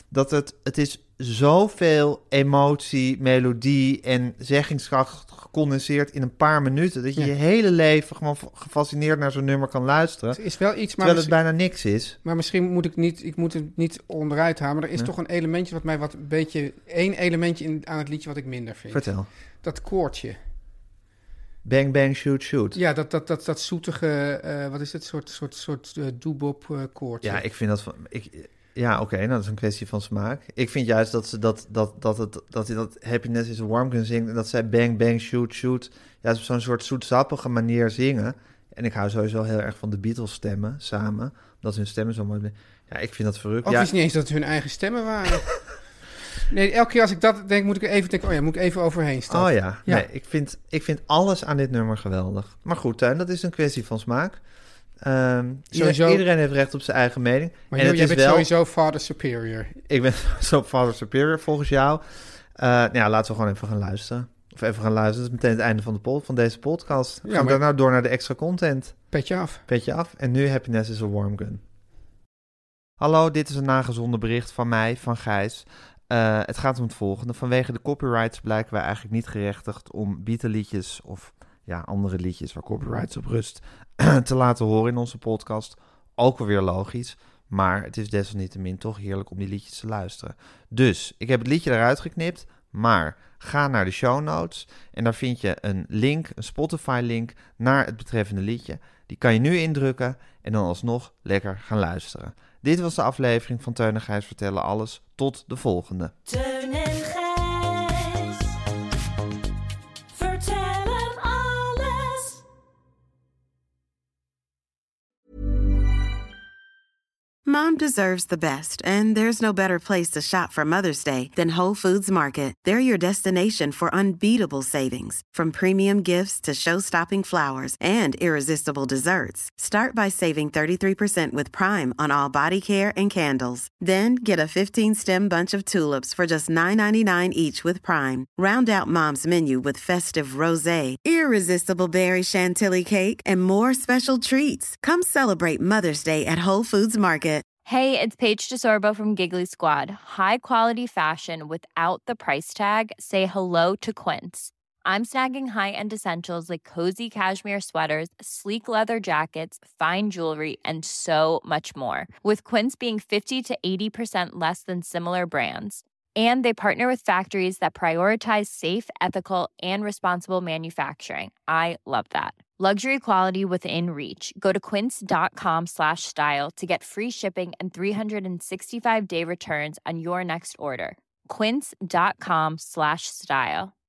C: dat het, het is zoveel emotie, melodie en zeggingskracht gecondenseerd in een paar minuten. Dat je
D: Ja.
C: je hele leven gewoon gefascineerd naar zo'n nummer kan luisteren.
D: Het is wel iets, maar,
C: Terwijl het
D: misschien,
C: bijna niks is.
D: maar misschien moet ik niet, ik moet het niet onderuit halen. Maar er is
C: Nee.
D: toch een elementje wat mij wat een beetje, één elementje in, aan het liedje wat ik minder vind.
C: Vertel.
D: Dat koortje.
C: Bang, bang, shoot, shoot.
D: Ja, dat, dat, dat, dat zoetige, eh, wat is het, soort, soort, soort uh, doebop uh, koortje.
C: Ja, ik vind dat... Van, ik, ja, oké, okay, nou, dat is een kwestie van smaak. Ik vind juist dat ze dat, dat, dat, het, dat, hij dat Happiness is a Warm Gun zingt... en dat zij bang, bang, shoot, shoot... juist op zo'n soort zoetsappige manier zingen. En ik hou sowieso heel erg van de Beatles stemmen samen. Omdat hun stemmen zo mooi... Ja, ik vind dat verrukt.
D: Of
C: ja.
D: is niet eens dat het hun eigen stemmen waren. Nee, elke keer als ik dat denk, moet ik even denken... oh ja, moet ik even overheen stappen.
C: Oh ja,
D: Ja.
C: Nee, ik, vind, ik vind alles aan dit nummer geweldig. Maar goed, Tuin, dat is een kwestie van smaak. Um,
D: Sowieso-
C: Iedereen heeft recht op zijn eigen mening.
D: Maar
C: en
D: joh,
C: het
D: jij
C: is
D: bent
C: wel,
D: sowieso father superior.
C: Ik ben zo father superior volgens jou. Uh, nou ja, laten we gewoon even gaan luisteren. Of even gaan luisteren. Dat is meteen het einde van, de pod, van deze podcast. We
D: Ja,
C: gaan
D: maar-
C: daarna door naar de extra content.
D: Petje af.
C: Petje af. En nu Happiness is a Warm Gun. Hallo, dit is een nagezonden bericht van mij, van Gijs. Uh, het gaat om het volgende. Vanwege de copyrights blijken wij eigenlijk niet gerechtigd om Beatle-liedjes of ja, andere liedjes waar copyrights op rust te laten horen in onze podcast. Ook alweer logisch, maar het is desalniettemin toch heerlijk om die liedjes te luisteren. Dus, ik heb het liedje eruit geknipt, maar ga naar de show notes en daar vind je een link, een Spotify-link naar het betreffende liedje. Die kan je nu indrukken en dan alsnog lekker gaan luisteren. Dit was de aflevering van Teun en Gijs Vertellen Alles. Tot de volgende.
F: Teun en Gijs. Vertel hem alles.
H: Mom deserves the best, and there's no better place to shop for Mother's Day than Whole Foods Market. They're your destination for unbeatable savings, from premium gifts to show-stopping flowers and irresistible desserts. Start by saving thirty-three percent with Prime on all body care and candles. Then get a fifteen-stem bunch of tulips for just nine ninety-nine each with Prime. Round out Mom's menu with festive rosé, irresistible berry chantilly cake, and more special treats. Come celebrate Mother's Day at Whole Foods Market.
B: Hey, it's Paige DeSorbo from Giggly Squad. High quality fashion without the price tag. Say hello to Quince. I'm snagging high-end essentials like cozy cashmere sweaters, sleek leather jackets, fine jewelry, and so much more. With Quince being fifty to eighty percent less than similar brands. And they partner with factories that prioritize safe, ethical, and responsible manufacturing. I love that. Luxury quality within reach. Go to quince.com slash style to get free shipping and three sixty-five day returns on your next order. Quince.com slash style.